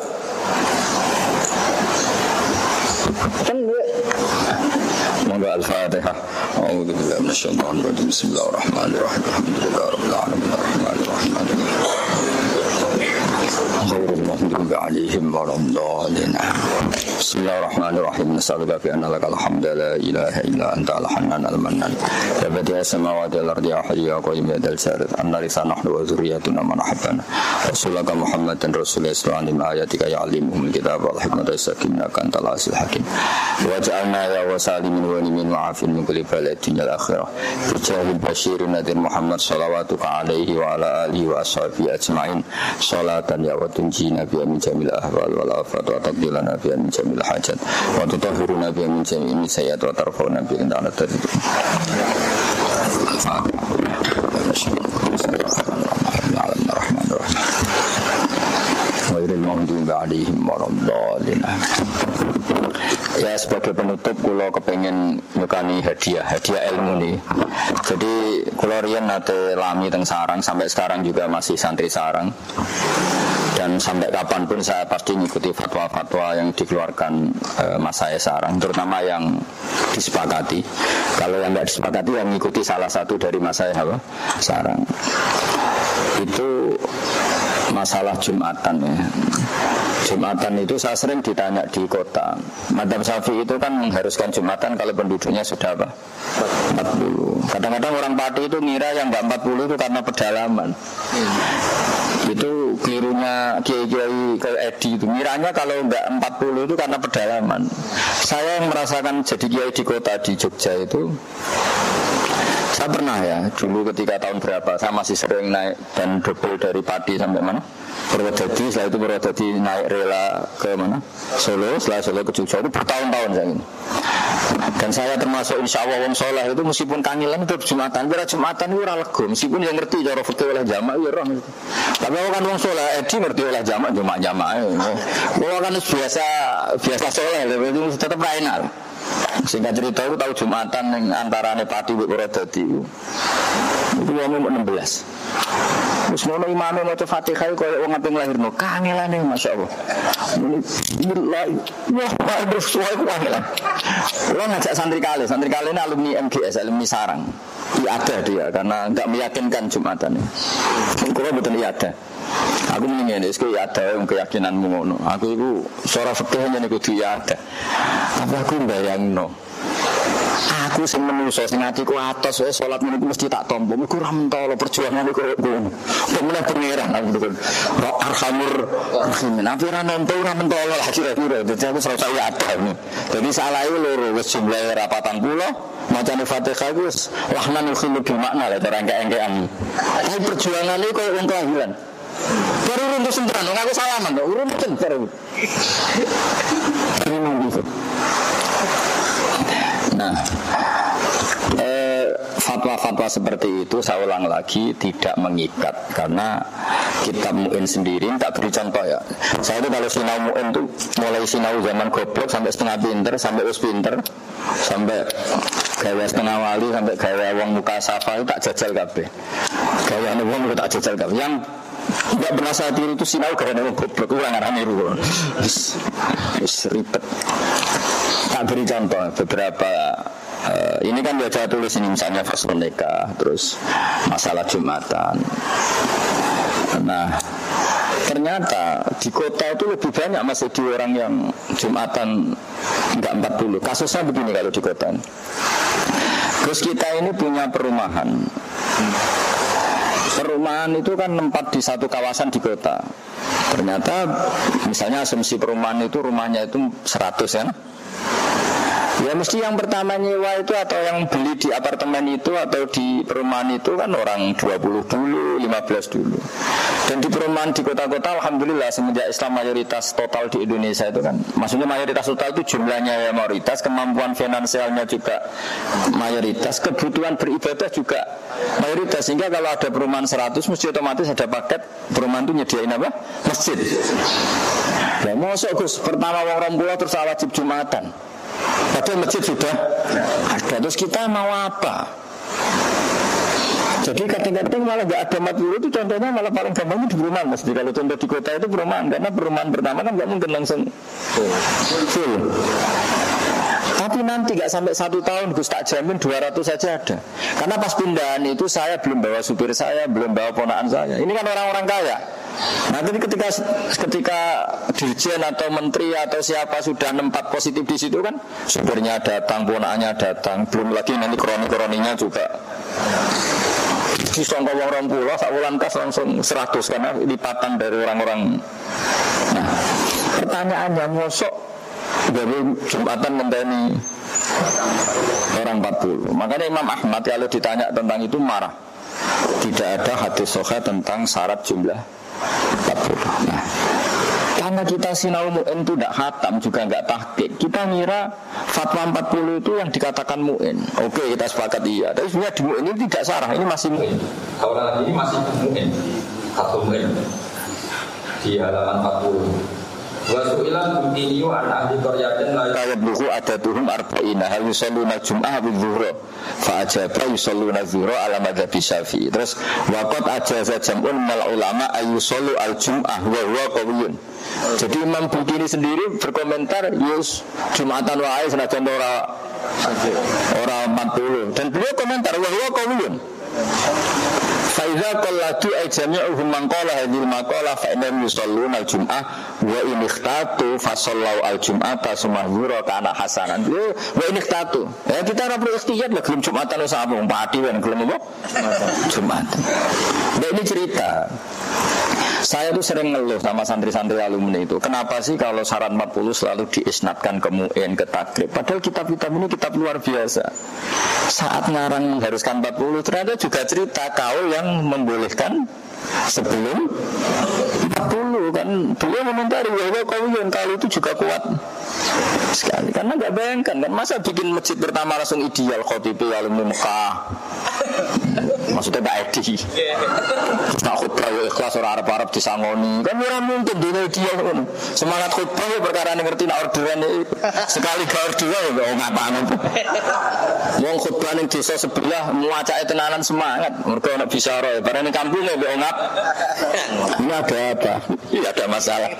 Ten, monggo Al-Fatihah. A'udzu billahi minasyaitonir rajim. Bismillahirrahmanirrahim. Alhamdulillahirabbil alamin. Arrahmanirrahim. ghairil maghdubi 'alaihim waladdallin. Bismillahirrahmanirrahim. Nas'aluka bi anna lakal hamda la ilaha illa anta al-hannan al-mannan. Ya badi'as samawati wal ardi ya hayyu ya qayyum ya dzal jalali. Anna nahnu wa dzurriyyatuna man ahabbana. Rasulaka Muhammadan rasulullah sallallahu alaihi ayatika ya alimul kitab wal hikmata sakinaka antal azizul hakim. Wa ja'alna ya wasalimin wa min ma'afin min kulli baladin al akhirah. Bijahil basyirin nadir Muhammad salawatuka alaihi wa ala alihi wa ashabihi ajma'in. Salatan ya wa tunjina biha min jamil ahwal wal afat wa taqdilana biha min jamil hajat wa tutahhiruna biha min jamil sayyi'at wa tarfa'una biha indana tadid. Ghairil maghdubi 'alaihim waladdallin. Ya sebagai penutup kula kepengin nyukani hadiah, hadiah ilmu nih. Jadi kula riyen nate lami teng sarang, sampai sekarang juga masih santri sarang. Dan sampai kapanpun saya pasti ngikuti fatwa-fatwa yang dikeluarkan e, mas saya sarang, terutama yang disepakati. Kalau yang nggak disepakati, yang ngikuti salah satu dari mas saya apa? Sarang. Itu masalah Jumatan ya. Jumatan itu saya sering ditanya di kota. Madzhab Syafi'i itu kan mengharuskan Jumatan kalau penduduknya sudah apa? empat puluh. Kadang-kadang orang Pati itu ngira yang enggak empat puluh itu karena pedalaman. Hmm. Itu kelirunya kiai-kiai ke Edi itu. Ngiranya kalau enggak empat puluh itu karena pedalaman. Saya yang merasakan jadi kiai di kota di Jogja itu, saya pernah ya, dulu ketika tahun berapa, saya masih sering naik dan double dari Pati sampai mana? Purwodadi, setelah itu Purwodadi naik rela ke mana? Solo, setelah Solo ke Jogja, itu bertahun-tahun saya ini. Dan saya termasuk insya Allah wong soleh itu meskipun kangilan itu Jumatan, kira Jumatan itu ralego, meskipun yang ngerti cara fikih oleh jamaah ya roh. Tapi aku kan wong soleh, Edi ngerti oleh jamaah, jamaah-jamaah. Aku kan biasa biasa soleh, itu tetap enak. Singkat cerita aku tahu Jumatan yang antara Pati dan Purwodadi itu itu umur enam belas. Terus mau imamnya mau Fatihah kalau orang apa ngelahirno kangelan nih masya Allah. Mulai wah terus suai kangelan. Kalau ngajak santri kali, santri kali ini alumni M G S, alumni sarang. Iya ada dia karena nggak meyakinkan Jumatan ini. Kalau betul iya ada. Aku mendingin itu iya ada yang keyakinanmu ngono. Aku itu suara fikihnya nih kudu iya ada. Apa aku bayangno? Aku sing menungso sing atiku atos wae salat niku mesti tak tampa. Iku ra mentolo perjuangan iku ngono. Pemenang pangeran aku dukun. Arhamur rahimin. Afira nempo ora mentolo lah kira-kira. Dadi aku serasa ada ini. Jadi salah iku loro wis jumlahe ra patang puluh. Macane Fatihah iku wis lahnan khulu bil makna lah cara engke-engkean. Tapi perjuangan iku koyo wong kelahiran. Baru urun terus sembrang, aku salaman kok urun ten baru. Nah, eh, fatwa-fatwa seperti itu saya ulang lagi tidak mengikat karena kitab Mu'in sendiri tak beri contoh ya. Saya itu kalau sinau Mu'in itu mulai sinau zaman goblok sampai setengah pinter sampai us pinter sampai gawe setengah wali sampai gawe wong muka safa itu tak jajal kabeh. Gawe wong tak jajal kabeh. Yang tidak merasa diri itu sinau karena wong goblok ora ngarani niru. Wis wis ribet. Tak beri contoh beberapa uh, ini kan biasa tulis ini misalnya faslun nikah, terus masalah Jumatan. Nah, ternyata di kota itu lebih banyak masih di orang yang Jumatan enggak empat puluh. Kasusnya begini kalau di kota. Terus kita ini punya perumahan. Perumahan itu kan tempat di satu kawasan di kota. Ternyata misalnya asumsi perumahan itu rumahnya itu seratus ya. Ya mesti yang pertama nyewa itu atau yang beli di apartemen itu atau di perumahan itu kan orang dua puluh dulu, lima belas dulu. Dan di perumahan di kota-kota alhamdulillah semenjak Islam mayoritas total di Indonesia itu kan, maksudnya mayoritas total itu jumlahnya ya mayoritas, kemampuan finansialnya juga mayoritas, kebutuhan beribadah juga mayoritas. Sehingga kalau ada perumahan seratus mesti otomatis ada paket perumahan itu nyediain apa? Masjid. Ya mosok Gus, pertama wong rombongan terus wajib Jumatan. Padahal masjid sudah ada. Terus kita mau apa? Jadi kadang-kadang malah nggak ada empat puluh itu contohnya malah paling gampang di perumahan mas. Jadi kalau contoh di kota itu perumahan, karena perumahan pertama kan nggak mungkin langsung full. Tapi nanti nggak sampai satu tahun Gus tak jamin dua ratus saja ada. Karena pas pindahan itu saya belum bawa supir saya, belum bawa ponakan saya. Ini kan orang-orang kaya. Nah, jadi ketika ketika dirjen atau menteri atau siapa sudah nempat positif di situ kan, supirnya datang, ponakannya datang, belum lagi nanti kroni-kroninya juga. Di songkok orang pulau, sakulan kas langsung seratus karena lipatan dari orang-orang. Nah, pertanyaannya mosok dari Jumatan mendani orang empat puluh. Makanya Imam Ahmad kalau ditanya tentang itu marah. Tidak ada hadis sahih tentang syarat jumlah empat puluh. Nah, karena kita sinau mu'in itu tidak khatam juga nggak tahqiq, kita ngira fatwa empat puluh itu yang dikatakan mu'in. Oke, kita sepakat iya. Tapi sebenarnya di mu'in ini tidak sarah, ini masih mu'in. Kalau ini masih mu'in, satu mu'in di halaman empat puluh. Wa su'ilan bintiniyu an ahli qaryatin la yabluhu adatuhum arba'ina hal yusalluna jum'ah bidzuhra fa ajaba yusalluna dzuhra ala madzhab Syafi'i. Terus waqad ajaza jam'un mal ulama ayusallu al jum'ah wa huwa qawiyyun. Jadi Imam Bukini sendiri berkomentar yus Jumatan wae senajan ora ora empat puluh dan beliau komentar wa huwa qawiyyun. Faiza qallatu ay jami'uhum man qala hadhil maqala fa innahum yusalluna al-jum'ah wa in ikhtatu fa sallu al-jum'ata sumahzura kana hasanan. Wa in ikhtatu. Ya kita ora perlu ikhtiyat lah gelem Jumatan wis apa wong pati kan gelem apa? Jumatan. Nah, ini cerita. Saya tuh sering ngeluh sama santri-santri alumni itu. Kenapa sih kalau syarat empat puluh selalu diisnadkan ke mu'in, ke takrib? Padahal kitab-kitab ini kitab luar biasa. Saat ngarang mengharuskan empat puluh ternyata juga cerita kaul yang membolehkan sebelum empat puluh kan. Beliau komentari bahwa kaul yang kalau itu juga kuat sekali. Karena gak bayangkan kan masa bikin masjid pertama langsung ideal khotibi alumni Mekah. Maksudnya Mbak Edi nah khutbah ikhlas orang Arab-Arab disangoni kan ora mungkin dunia dia semangat khutbah ya perkara ngerti nak orderan sekali gak orderan ya ngapaan wong khutbah ning desa sebelah muacake tenanan semangat mergo ana bisyara ya bareng ning kampung ya mbok ngap ini ada apa ya ada masalah.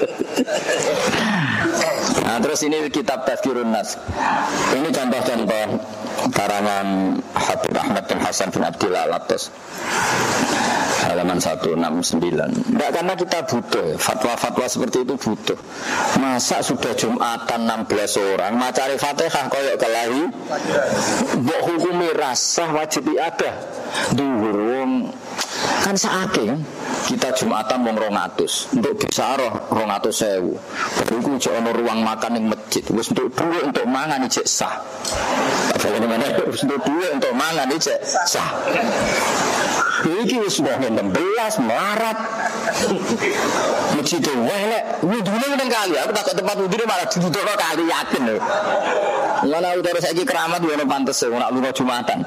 Nah terus ini kitab Tazkirun Nas ini contoh-contoh karangan Habib Ahmad bin Hasan bin Abdillah Al-Attas halaman seratus enam puluh sembilan. Enggak, karena kita butuh fatwa-fatwa seperti itu butuh. Masa sudah Jumatan enam belas orang macari Fatihah koyok kelahi mbok hukumi rasah wajib ada dhuwur kan saake kan kita Jumatan wong rong atus untuk bisyarah rong atus sewu bariku cek ono ruang makan ning masjid wis untuk dhuwit untuk mangan ijek sah bagaimana wis untuk dhuwit untuk mangan ijek sah iki wis enam belas Maret masjid welek wudune nang kali aku takut tempat wudune malah didudukno kali yakin lho lha udara saiki keramat yo ono pantes ora lunga Jumatan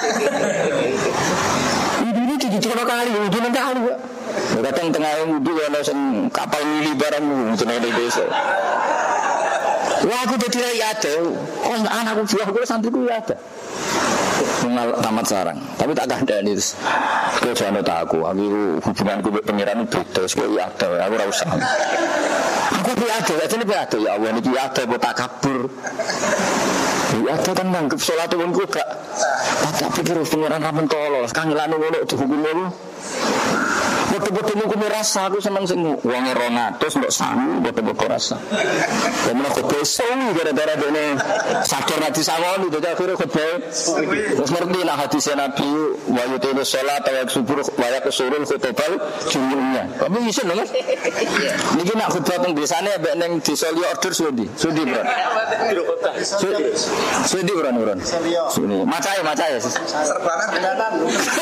ini didudukno kali wudune kali kok kadang tengah wudu ana sing kapal mili barang jenenge desa. Wah aku dadi ya ada. Oh anakku buah kula santriku ya ada. Mengal tamat sarang. Tapi tak kandhani terus. Kowe jangan tak aku. Aku hubunganku mbek pangeran beda. Kowe ya ada. Aku ora usah. Aku piye ada. Ajene piye ada ya Allah niki ada apa takabur. Ya ada kan nanggep salat wong ku gak. Tak pikir pangeran ra mentolo. Kangelane ngono dihukum ngono. Bodoh-bodoh mungkin rasa aku senang sing uangnya ronatus mbok sami bodoh-bodoh rasa. Kemudian khutbah suwi gara-gara dene sadar nanti sangoni dadi akhire khutbah. Terus ngerti lah hadis Nabi wa yutina shalat wa subur wa yaqsurul khutbal jumlahnya. Kamu isin lho Mas? Niki nak khutbah teng desane ambek ning desa liya order sudi. Sudi, Bro. Sudi. Sudi Bro Nuron. Sudi. Macae macae. Serbanan benanan.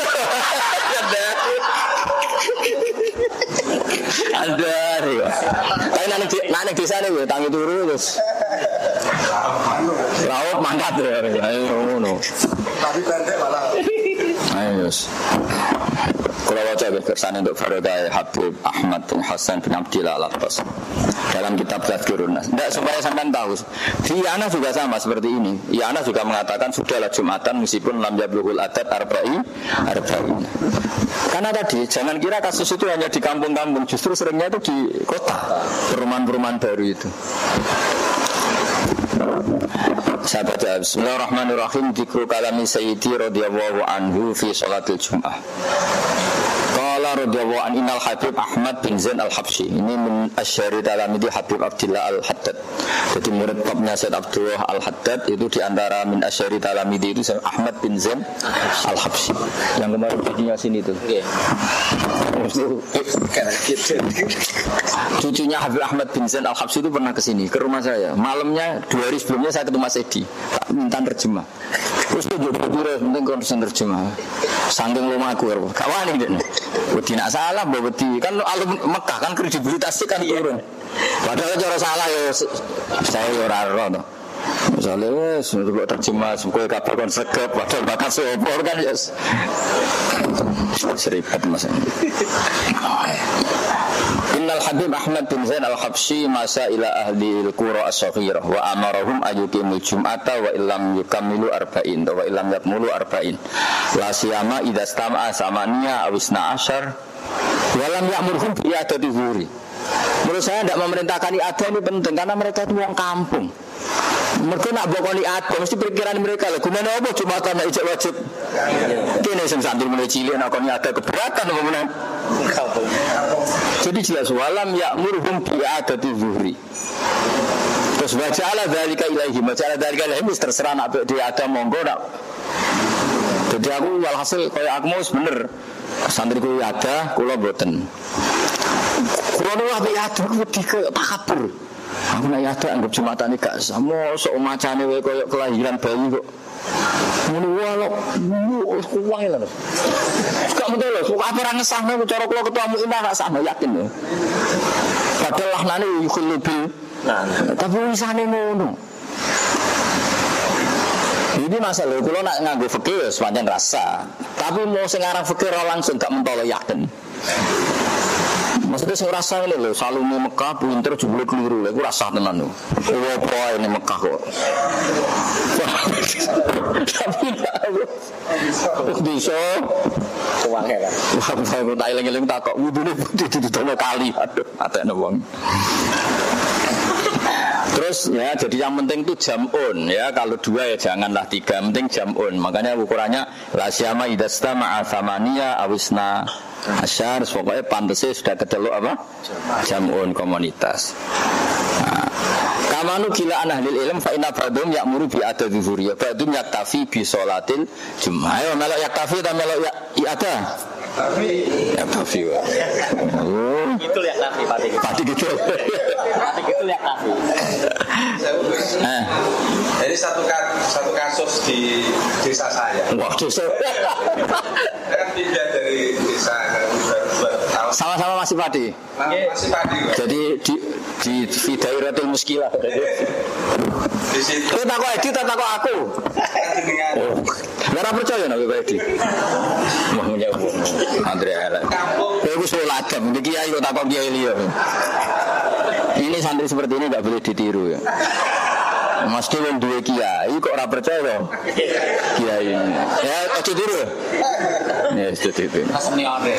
Ada ya. Tapi nanti nanti desa nih, tangi turu terus. Laut mangkat ya. Ayo no. Tapi pendek malah. Ayo. Kalau baca kesan untuk Faridai Habib Ahmad bin Hasan bin Abdillah Al-Attas dalam kitab Tazkirun Nas. Tidak supaya sampean tahu. Di Yana juga sama seperti ini. Yana juga mengatakan sudahlah Jumatan meskipun lam yablughul adad arba'i arba'in. Karena tadi jangan kira kasus itu hanya di kampung-kampung, justru seringnya itu di kota, perumahan-perumahan baru itu. Saya baca Bismillahirrahmanirrahim. Dzikru kalami Sayyidi radhiyallahu anhu fi sholatil Jum'ah. Qala Qala radhiyallahu an innal Habib Ahmad bin Zain al-Habsyi. Ini min asyari talamidi Habib Abdullah al-Haddad. Jadi murid papnya Said Abdullah al-Haddad itu diantara min asyari talamidi itu Ahmad bin Zain al-Habsyi. Yang kemarin cucunya sini tuh. Nggih. Cucunya Habib Ahmad bin Zain al-Habsyi itu pernah ke sini, ke rumah saya. Malamnya dua hari sebelumnya saya ketemu Mas Edi. Minta terjemah. Terus tuh jodoh dure penting konsen terjemah. Saking lumaku kawan ini. Wedi nak salah mbok wedi kan alum Mekah kan kredibilitasnya kan turun. Padahal cara salah ya saya ya ora ora to. Misale wis mbok terjemah supaya kabeh kon segep padahal bakat sopor kan ya. Seribet Mas. Innal Habib Ahmad bin Zain al-Habsyi masa ila ahli al-qura as-saghirah wa amarahum ayyukimul jum'ata wa illam yukammilu arba'in wa illam yakmulu arba'in la siyama idza stama'a samaniya aw isna asyar wa lam ya'murhum bi adati zuhri. Menurut saya tidak memerintahkan ibadah ini penting karena mereka itu orang kampung. Mereka nak bokoni ibadah mesti pikiran mereka lho gimana apa Jumatan nak ijab wajib. Kene sing santri mulai cilik nak kon ibadah keberatan apa meneh. Jadi jelas walam ya'murhum bi adati zuhri. Terus waja'ala dzalika ilaihi, waja'ala dzalika ilaihi terserah nak dia ada monggo nak. Jadi aku walhasil kayak aku mau bener santriku ada, kula mboten. Kula nu wae ada wedi ke takabur. Aku nek ada anggap Jumatane gak sama sok macane wae koyo kelahiran bayi kok. Ngono wae lho, kuwae lho. Gak betul lho, kok apa ora ngesahno cara kula ketemu inah gak sahno yakin lho. Padahal lahnane yukhillu bil. Nah, tapi wisane ngono. Ini masalah kalau nak nganggo fikih sepanjang rasa. Tapi mau sing aran fikih langsung gak mentolo yakin. Maksudnya sing rasa ini lho, salune Mekah pinter jebule keliru lho, iku rasa tenan lho. Opo ini Mekah kok. Tapi aku bisa uangnya kan. Wah, saya tak eling-eling tak kok wudune ditono kali. Aduh, atene wong. Terus ya jadi yang penting itu jam'un ya, kalau dua ya janganlah tiga, penting jam'un. Makanya ukurannya la syama idasta ma'a thamaniya awisna asyar, pokoknya pantasnya sudah kedelok apa? Jam'un komunitas. Nah, kamanu gila an ahlil ilm fa inna ba'dhum ya'muru bi adati dzuriyah, ba'dhum yaktafi bi sholatil jum'ah. Ayo melok yaktafi ta melok ya ada? Tapi ya kafi wah. Oh, itu lihat kafi pati. Pati gitu. Pati gitu lihat kafi. Eh, jadi satu satu kasus di desa saya. Wah, desa. Kan pindah dari desa buat tahun. Sama-sama masih padi. Masih padi. Jadi di di di dairatul muskilah. Di situ. Kita takut Edi, kita takut aku. Oh, nggak percaya nabi Edi. Mau nyambung. Andre ala. Aku sholat jam, jadi kiai kok takut kiai liya. Ini santri seperti ini nggak boleh ditiru ya. Mas Dewan dua kiai kok ora percaya kiai ini. Ya ojo tiru. Ya itu itu. Asmi ade.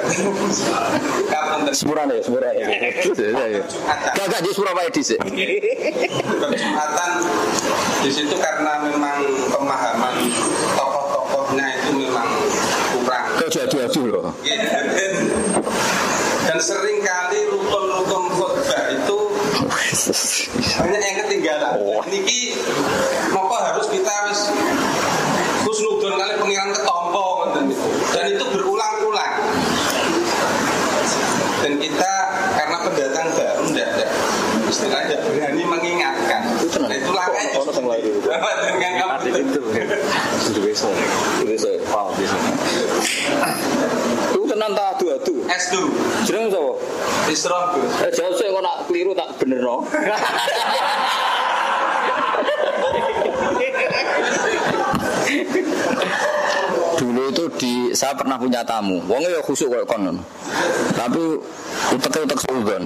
Kapan sepurane sepurane. Gak di Surabaya dhisik. Jumatan di situ karena memang pemahaman tokoh-tokohnya itu memang kurang. Kau jadi-jadi loh. Dan sering kali rukun-rukun khutbah itu banyak yang ketinggalan. Niki moko harus kita harus husnudon kali pengiran ketompo dan itu berulang-ulang. Dan kita karena pendatang baru tidak istilahnya berani mengingatkan. Nah, itulah kayaknya dengan kamu itu. Itu besok. Itu besok. Wow, besok. Itu tenan tak adu-adu. S dua. Jeneng sapa? Isron. Eh jauh sik kok nak keliru tak benerno. Dulu itu di saya pernah punya tamu. Wongnya ya khusuk kayak konon. Tapi utek-utek suudon.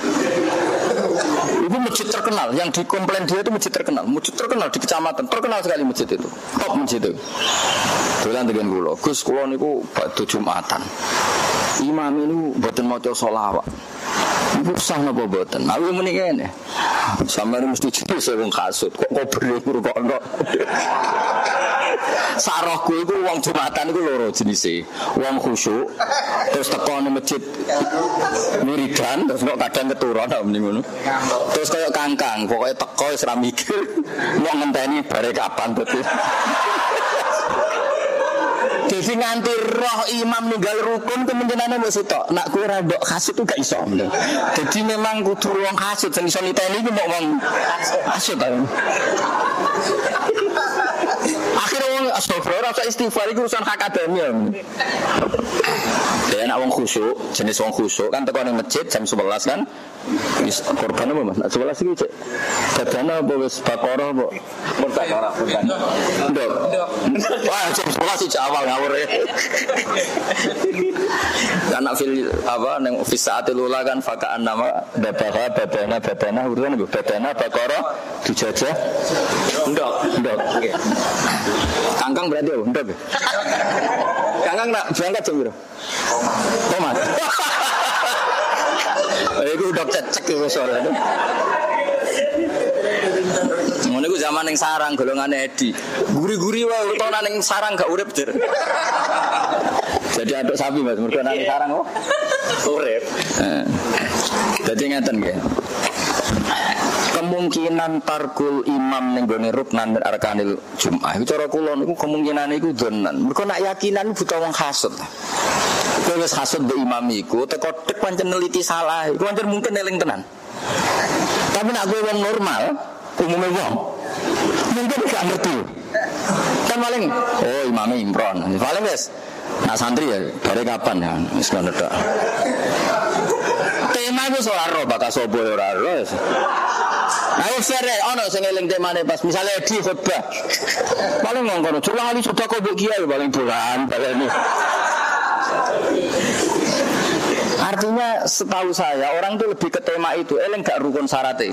Itu masjid terkenal, yang dikomplain dia itu masjid terkenal, masjid terkenal di kecamatan, terkenal sekali masjid itu, top masjid itu. Dolan dengan kula, Gus kula niku badhe Jumatan. Imam ini mboten maca sholawat. Usah napa boten. Aku muni kene. Sampeyan mesti jelas wong kasut. Kok kobre ngrungokno. Sarahku iku wong Jumatan iku loro jenise. Wong khusyuk terus teko nang masjid wiridan terus kok kadang keturu ana muni ngono. Terus kaya kangkang, pokoke teko wis ra mikir mau ngenteni bare kapan betul. Jadi nganti roh imam ninggal rukun kemungkinannya mbok sitok. Nak kowe ra ndok kasut itu gak iso. Jadi memang kudu wong kasut sing iso niteni iki mbok wong kasut ta. Akhirnya wong astagfirullah rasa istighfar itu urusan akademi. Dia nak wong khusyuk, jenis wong khusyuk kan teko ning masjid jam sebelas kan. Wis korban apa Mas? sebelas iki cek. Badana apa wis Baqarah apa? Baqarah bukan. Ndok. Wah, jam sebelas iki awal ngawur. Karena fil apa ning fi saatil ula kan fakaan nama babaha badana badana urutan badana Baqarah dijajah. Ndok, ndok. Oke. Kangkang berarti oh, ndok. Kangkang nak berangkat jam berapa? Tomat. Iku udah cecek iku soalnya. Ngono iku zaman ning sarang golongane Edi. Guri-guri wae utawa ning sarang gak urip, Dir. Jadi aduk sapi Mas, mergo nang sarang kok urip. Heeh. Dadi ngeten nggih. Kemungkinan tarkul imam ning gone ruknan arkanil Jumat. Iku cara kula niku kemungkinan iku dhenan. Mergo nak yakinan buta wong hasud. Kowe wis hasud mbek imam iku teko tek pancen neliti salah. Iku pancen mungkin eling tenan. Tapi nak kowe wong normal, umume wong mungkin gak ngerti. Kan paling oh imame Imron. Paling wis nak santri ya dari kapan ya wis ngono tok. Tema iku ora ro bakal sapa ora ro. Ayo sere ono sing eling temane pas misale di khotbah. Paling ngono, cuma ali sedekah kok mbok kiai paling dolan baleni. Artinya setahu saya orang tuh lebih ke tema itu, eling gak rukun syaratnya.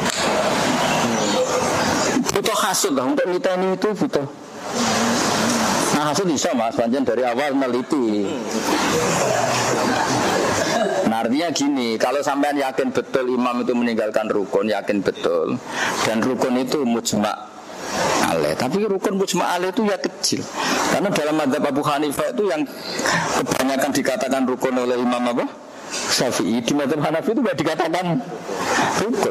Butuh hasud lah untuk niteni itu butuh. Nah hasud bisa Mas, panjang dari awal meneliti. Nah, artinya gini, kalau sampean yakin betul imam itu meninggalkan rukun, yakin betul, dan rukun itu mujma' alaih. Tapi rukun mujma' alaih itu ya kecil. Karena dalam mazhab Abu Hanifah itu yang kebanyakan dikatakan rukun oleh Imam apa? Syafi'i. Di mazhab Hanafi itu tidak dikatakan rukun.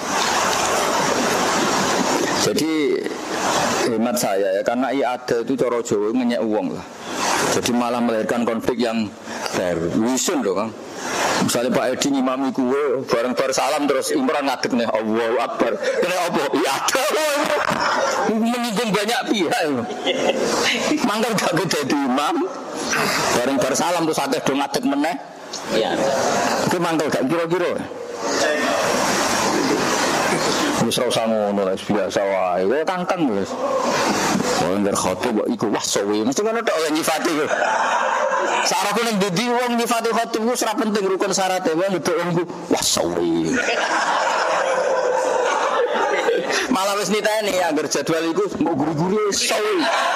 Jadi hemat saya ya, karena i'adah itu cara Jawa ngenyek uang lah. Jadi malah melahirkan konflik yang baru. Wisun loh kan. Misalnya Pak Edi ngimami kuwe bareng-bareng salam terus Imran ngadeg nih Allahu Akbar. Kena apa? I'adah. Menyinggung banyak pihak. Mangkel gak jadi imam. Bareng-bareng salam terus akeh do ngadeg meneh. Iya. Itu mangkel gak kira-kira. Wis ora usah ngono wis biasa wae. Kowe kangkang wis. Wong nder khotbah iku wah sowe. Mesti ngono tok nyifati ku. Saraku ning ndi wong nyifati khotbah ku ora penting rukun syarat e wong nduk wong wah sowe. Malah wis niteni anggar jadwal iku mbok guru-guru sowe.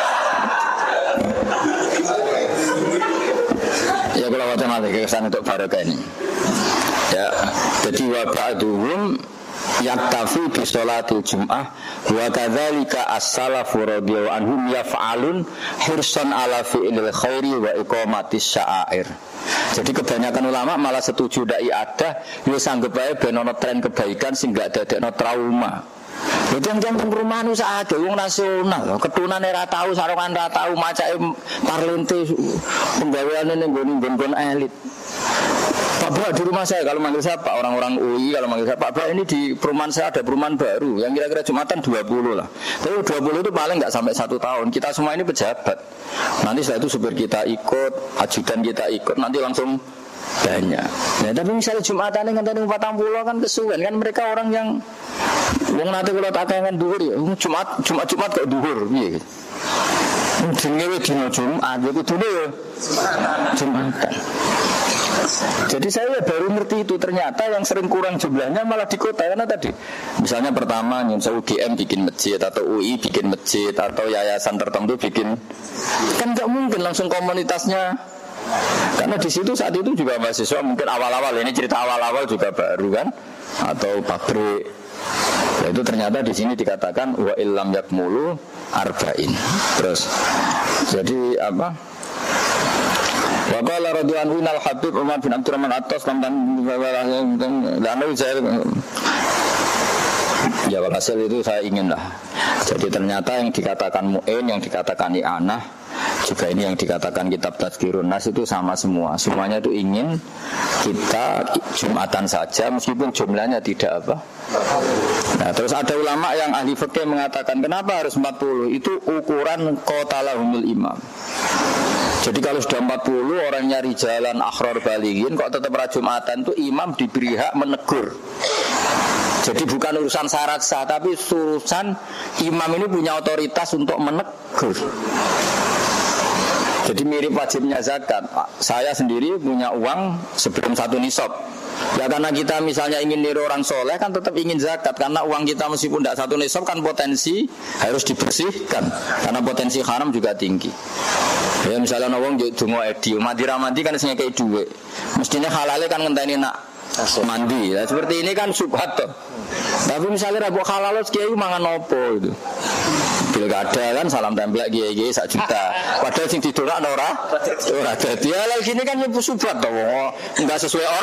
Ya kalau wajah mati kesan untuk barokah ini. Ya, jadi waba'duhum yaktafi bi sholatil jum'ah wa kadzalika as-salafu radhiyallahu anhum yaf'alun hirsan ala fi'lil khairi wa iqamatis sya'air. Jadi kebanyakan ulama malah setuju dai ada wis anggap ae ben ana tren kebaikan sing gak dadekno trauma. Lha jam-jam perumahan usaha ade wong nasional, ketunane ra tau, sarongan ra tau, macake parlente penggaweane ning nggon-nggon elit. Pak Bro di rumah saya kalau manggil saya Pak, orang-orang U I kalau manggil saya Pak Bro, ini di perumahan saya ada perumahan baru yang kira-kira Jumatan dua puluh lah. Tapi dua puluh itu paling enggak sampai satu tahun. Kita semua ini pejabat. Nanti setelah itu supir kita ikut, ajudan kita ikut, nanti langsung banyak. Ya, tapi misalnya Jumatan yang ngenteni empat puluh kan kesuwen kan mereka orang yang wong nanti kalau tak kangen dhuwur ya Jumat Jumat Jumat kok dhuwur piye gitu. Jenenge dina Jumat ya kudune ya Jumatan. Jadi saya baru ngerti itu ternyata yang sering kurang jumlahnya malah di kota karena tadi misalnya pertama nyun U G M bikin masjid atau U I bikin masjid atau yayasan tertentu bikin kan nggak mungkin langsung komunitasnya Karena di situ saat itu juga mahasiswa mungkin awal-awal, ini cerita awal-awal juga baru kan, atau pabrik. Ya, itu ternyata di sini dikatakan wa illam yakmulu arba'in. Terus jadi apa? Wa qala radhiyallahu anhu Habib Umar bin Abdurrahman Attas lam dan ya walhasil itu saya ingin lah. Jadi ternyata yang dikatakan mu'in, yang dikatakan i'anah, juga ini yang dikatakan kitab Tazkirun Nas itu sama semua. Semuanya itu ingin kita Jumatan saja meskipun jumlahnya tidak apa. Nah, terus ada ulama yang ahli fikih mengatakan kenapa harus empat puluh? Itu ukuran qatalahumul imam. Jadi kalau sudah empat puluh orang nyari jalan akhror balighin kok tetap Jumatan itu imam diberi hak menegur. Jadi bukan urusan syarat sah, tapi urusan imam ini punya otoritas untuk menegur. Jadi mirip wajibnya zakat. Saya sendiri punya uang sebelum satu nisab. Ya karena kita misalnya ingin niru orang soleh kan tetap ingin zakat. Karena uang kita meskipun tidak satu nisab kan potensi harus dibersihkan. Karena potensi haram juga tinggi. Ya misalnya orang dungo edi, mati ramadi kan isinya kayak duit. Mestinya halalnya kan ngenteni nak mandi. Nah, seperti ini kan subhat toh. Tapi misalnya rabu halal kiai mangan opo itu. Pilkada kan salam tempel kiai-kiai sak juta. Padahal sing didolak ora ora dadi. Ya lha sini kan nyepu subhat toh. Enggak sesuai or.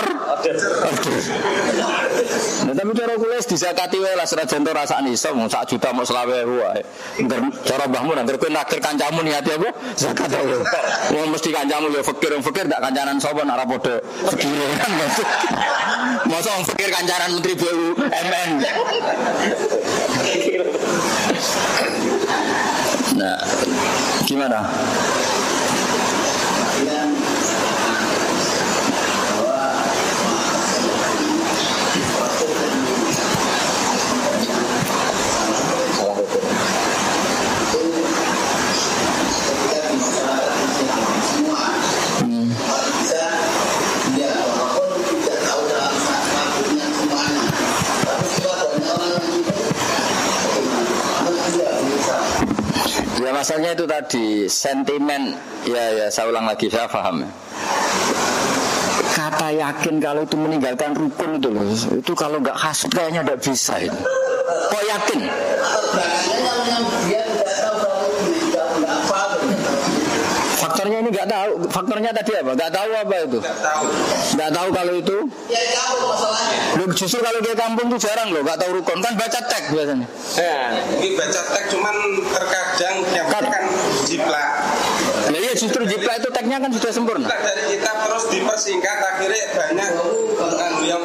Nah, tapi cara kula disakati wae lah senajan to rasane iso mung sak juta mau selawe wae. Ngger cara mbahmu nang kowe nakir kancamu niate apa? Zakat wae. Wong mesti kancamu ya fakir fakir ndak kancanan sapa nek ora padha fakir kan. Masa orang pikir kancaran Menteri B U M N. Nah, gimana? Ya masalahnya itu tadi sentimen. Ya ya saya ulang lagi, saya paham ya. Kata yakin kalau itu meninggalkan rukun itu loh, itu kalau nggak hasud kayaknya nggak bisa itu. Kok yakin? Faktornya ini nggak tahu. Faktornya tadi apa? Nggak tahu apa itu? Nggak tahu. Nggak tahu kalau itu. Ya tahu masalahnya. Loh, justru kalau dia kampung tuh jarang loh, nggak tahu rukun kan baca teks biasanya. Ya. Ini baca teks cuman terkadang yang kan, kan jiplak. Nah iya justru jiplak itu teksnya kan sudah sempurna. Kita dari kitab terus dipersingkat akhirnya banyak tentang yang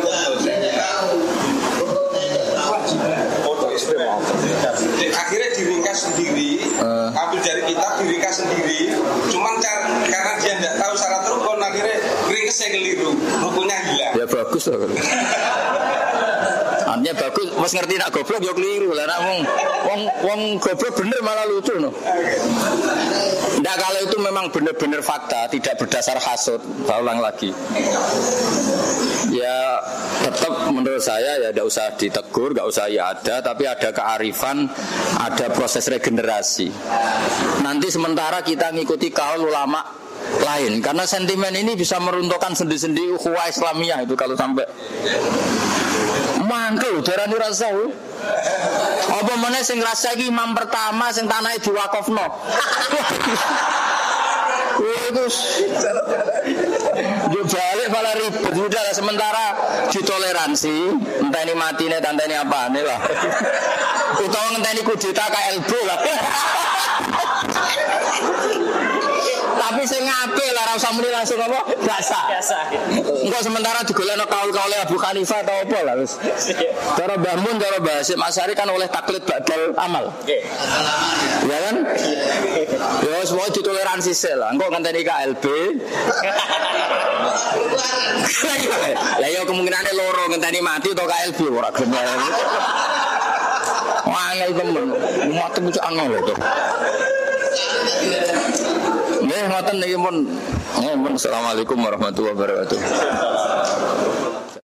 akhirnya diringkas sendiri, uh. ambil dari kitab diringkas sendiri. Cuman car- karena dia tidak tahu syarat rukun, akhirnya ringkasnya keliru, rukunnya hilang. Ya bagus lah kalau. Artinya bagus, mas ngerti nak goblok ya keliru lah, nak wong wong wong goblok bener malah lucu no. Nggak kalau itu memang benar-benar fakta, tidak berdasar hasud. Saya ulang lagi. Ya tetap menurut saya ya tidak usah ditegur, nggak usah ya ada, tapi ada kearifan, ada proses regenerasi. Nanti sementara kita ngikuti kaul ulama lain, karena sentimen ini bisa meruntuhkan sendi-sendi ukhuwah Islamiyah itu kalau sampai mangkel darani rasa. Apa meneh sing rasa iki imam pertama sing tanahe diwakofno. Terus yo balik malah ribet udah sementara ditoleransi, enteni matine tanteni apane lah. Utawa ngenteni kudeta K L B lah. Tapi sing apik lah ora usah muni langsung apa? Biasa. Biasa. Engko sementara digolekno kaul-kaule Abu Hanifah atau apa lah wis. Cara Mbah Mun, cara Mbah Hasyim Asy'ari kan oleh taklid badal amal. Nggih. Ya kan? Ya wis mau ditoleransi sel lah. Engko ngenteni K L B. Lah ya kemungkinane loro ngenteni mati atau K L B ora gelem. Wah, ngel temen. Mati mesti angel to. Nggih, ngoten niki pun. Assalamualaikum warahmatullahi wabarakatuh.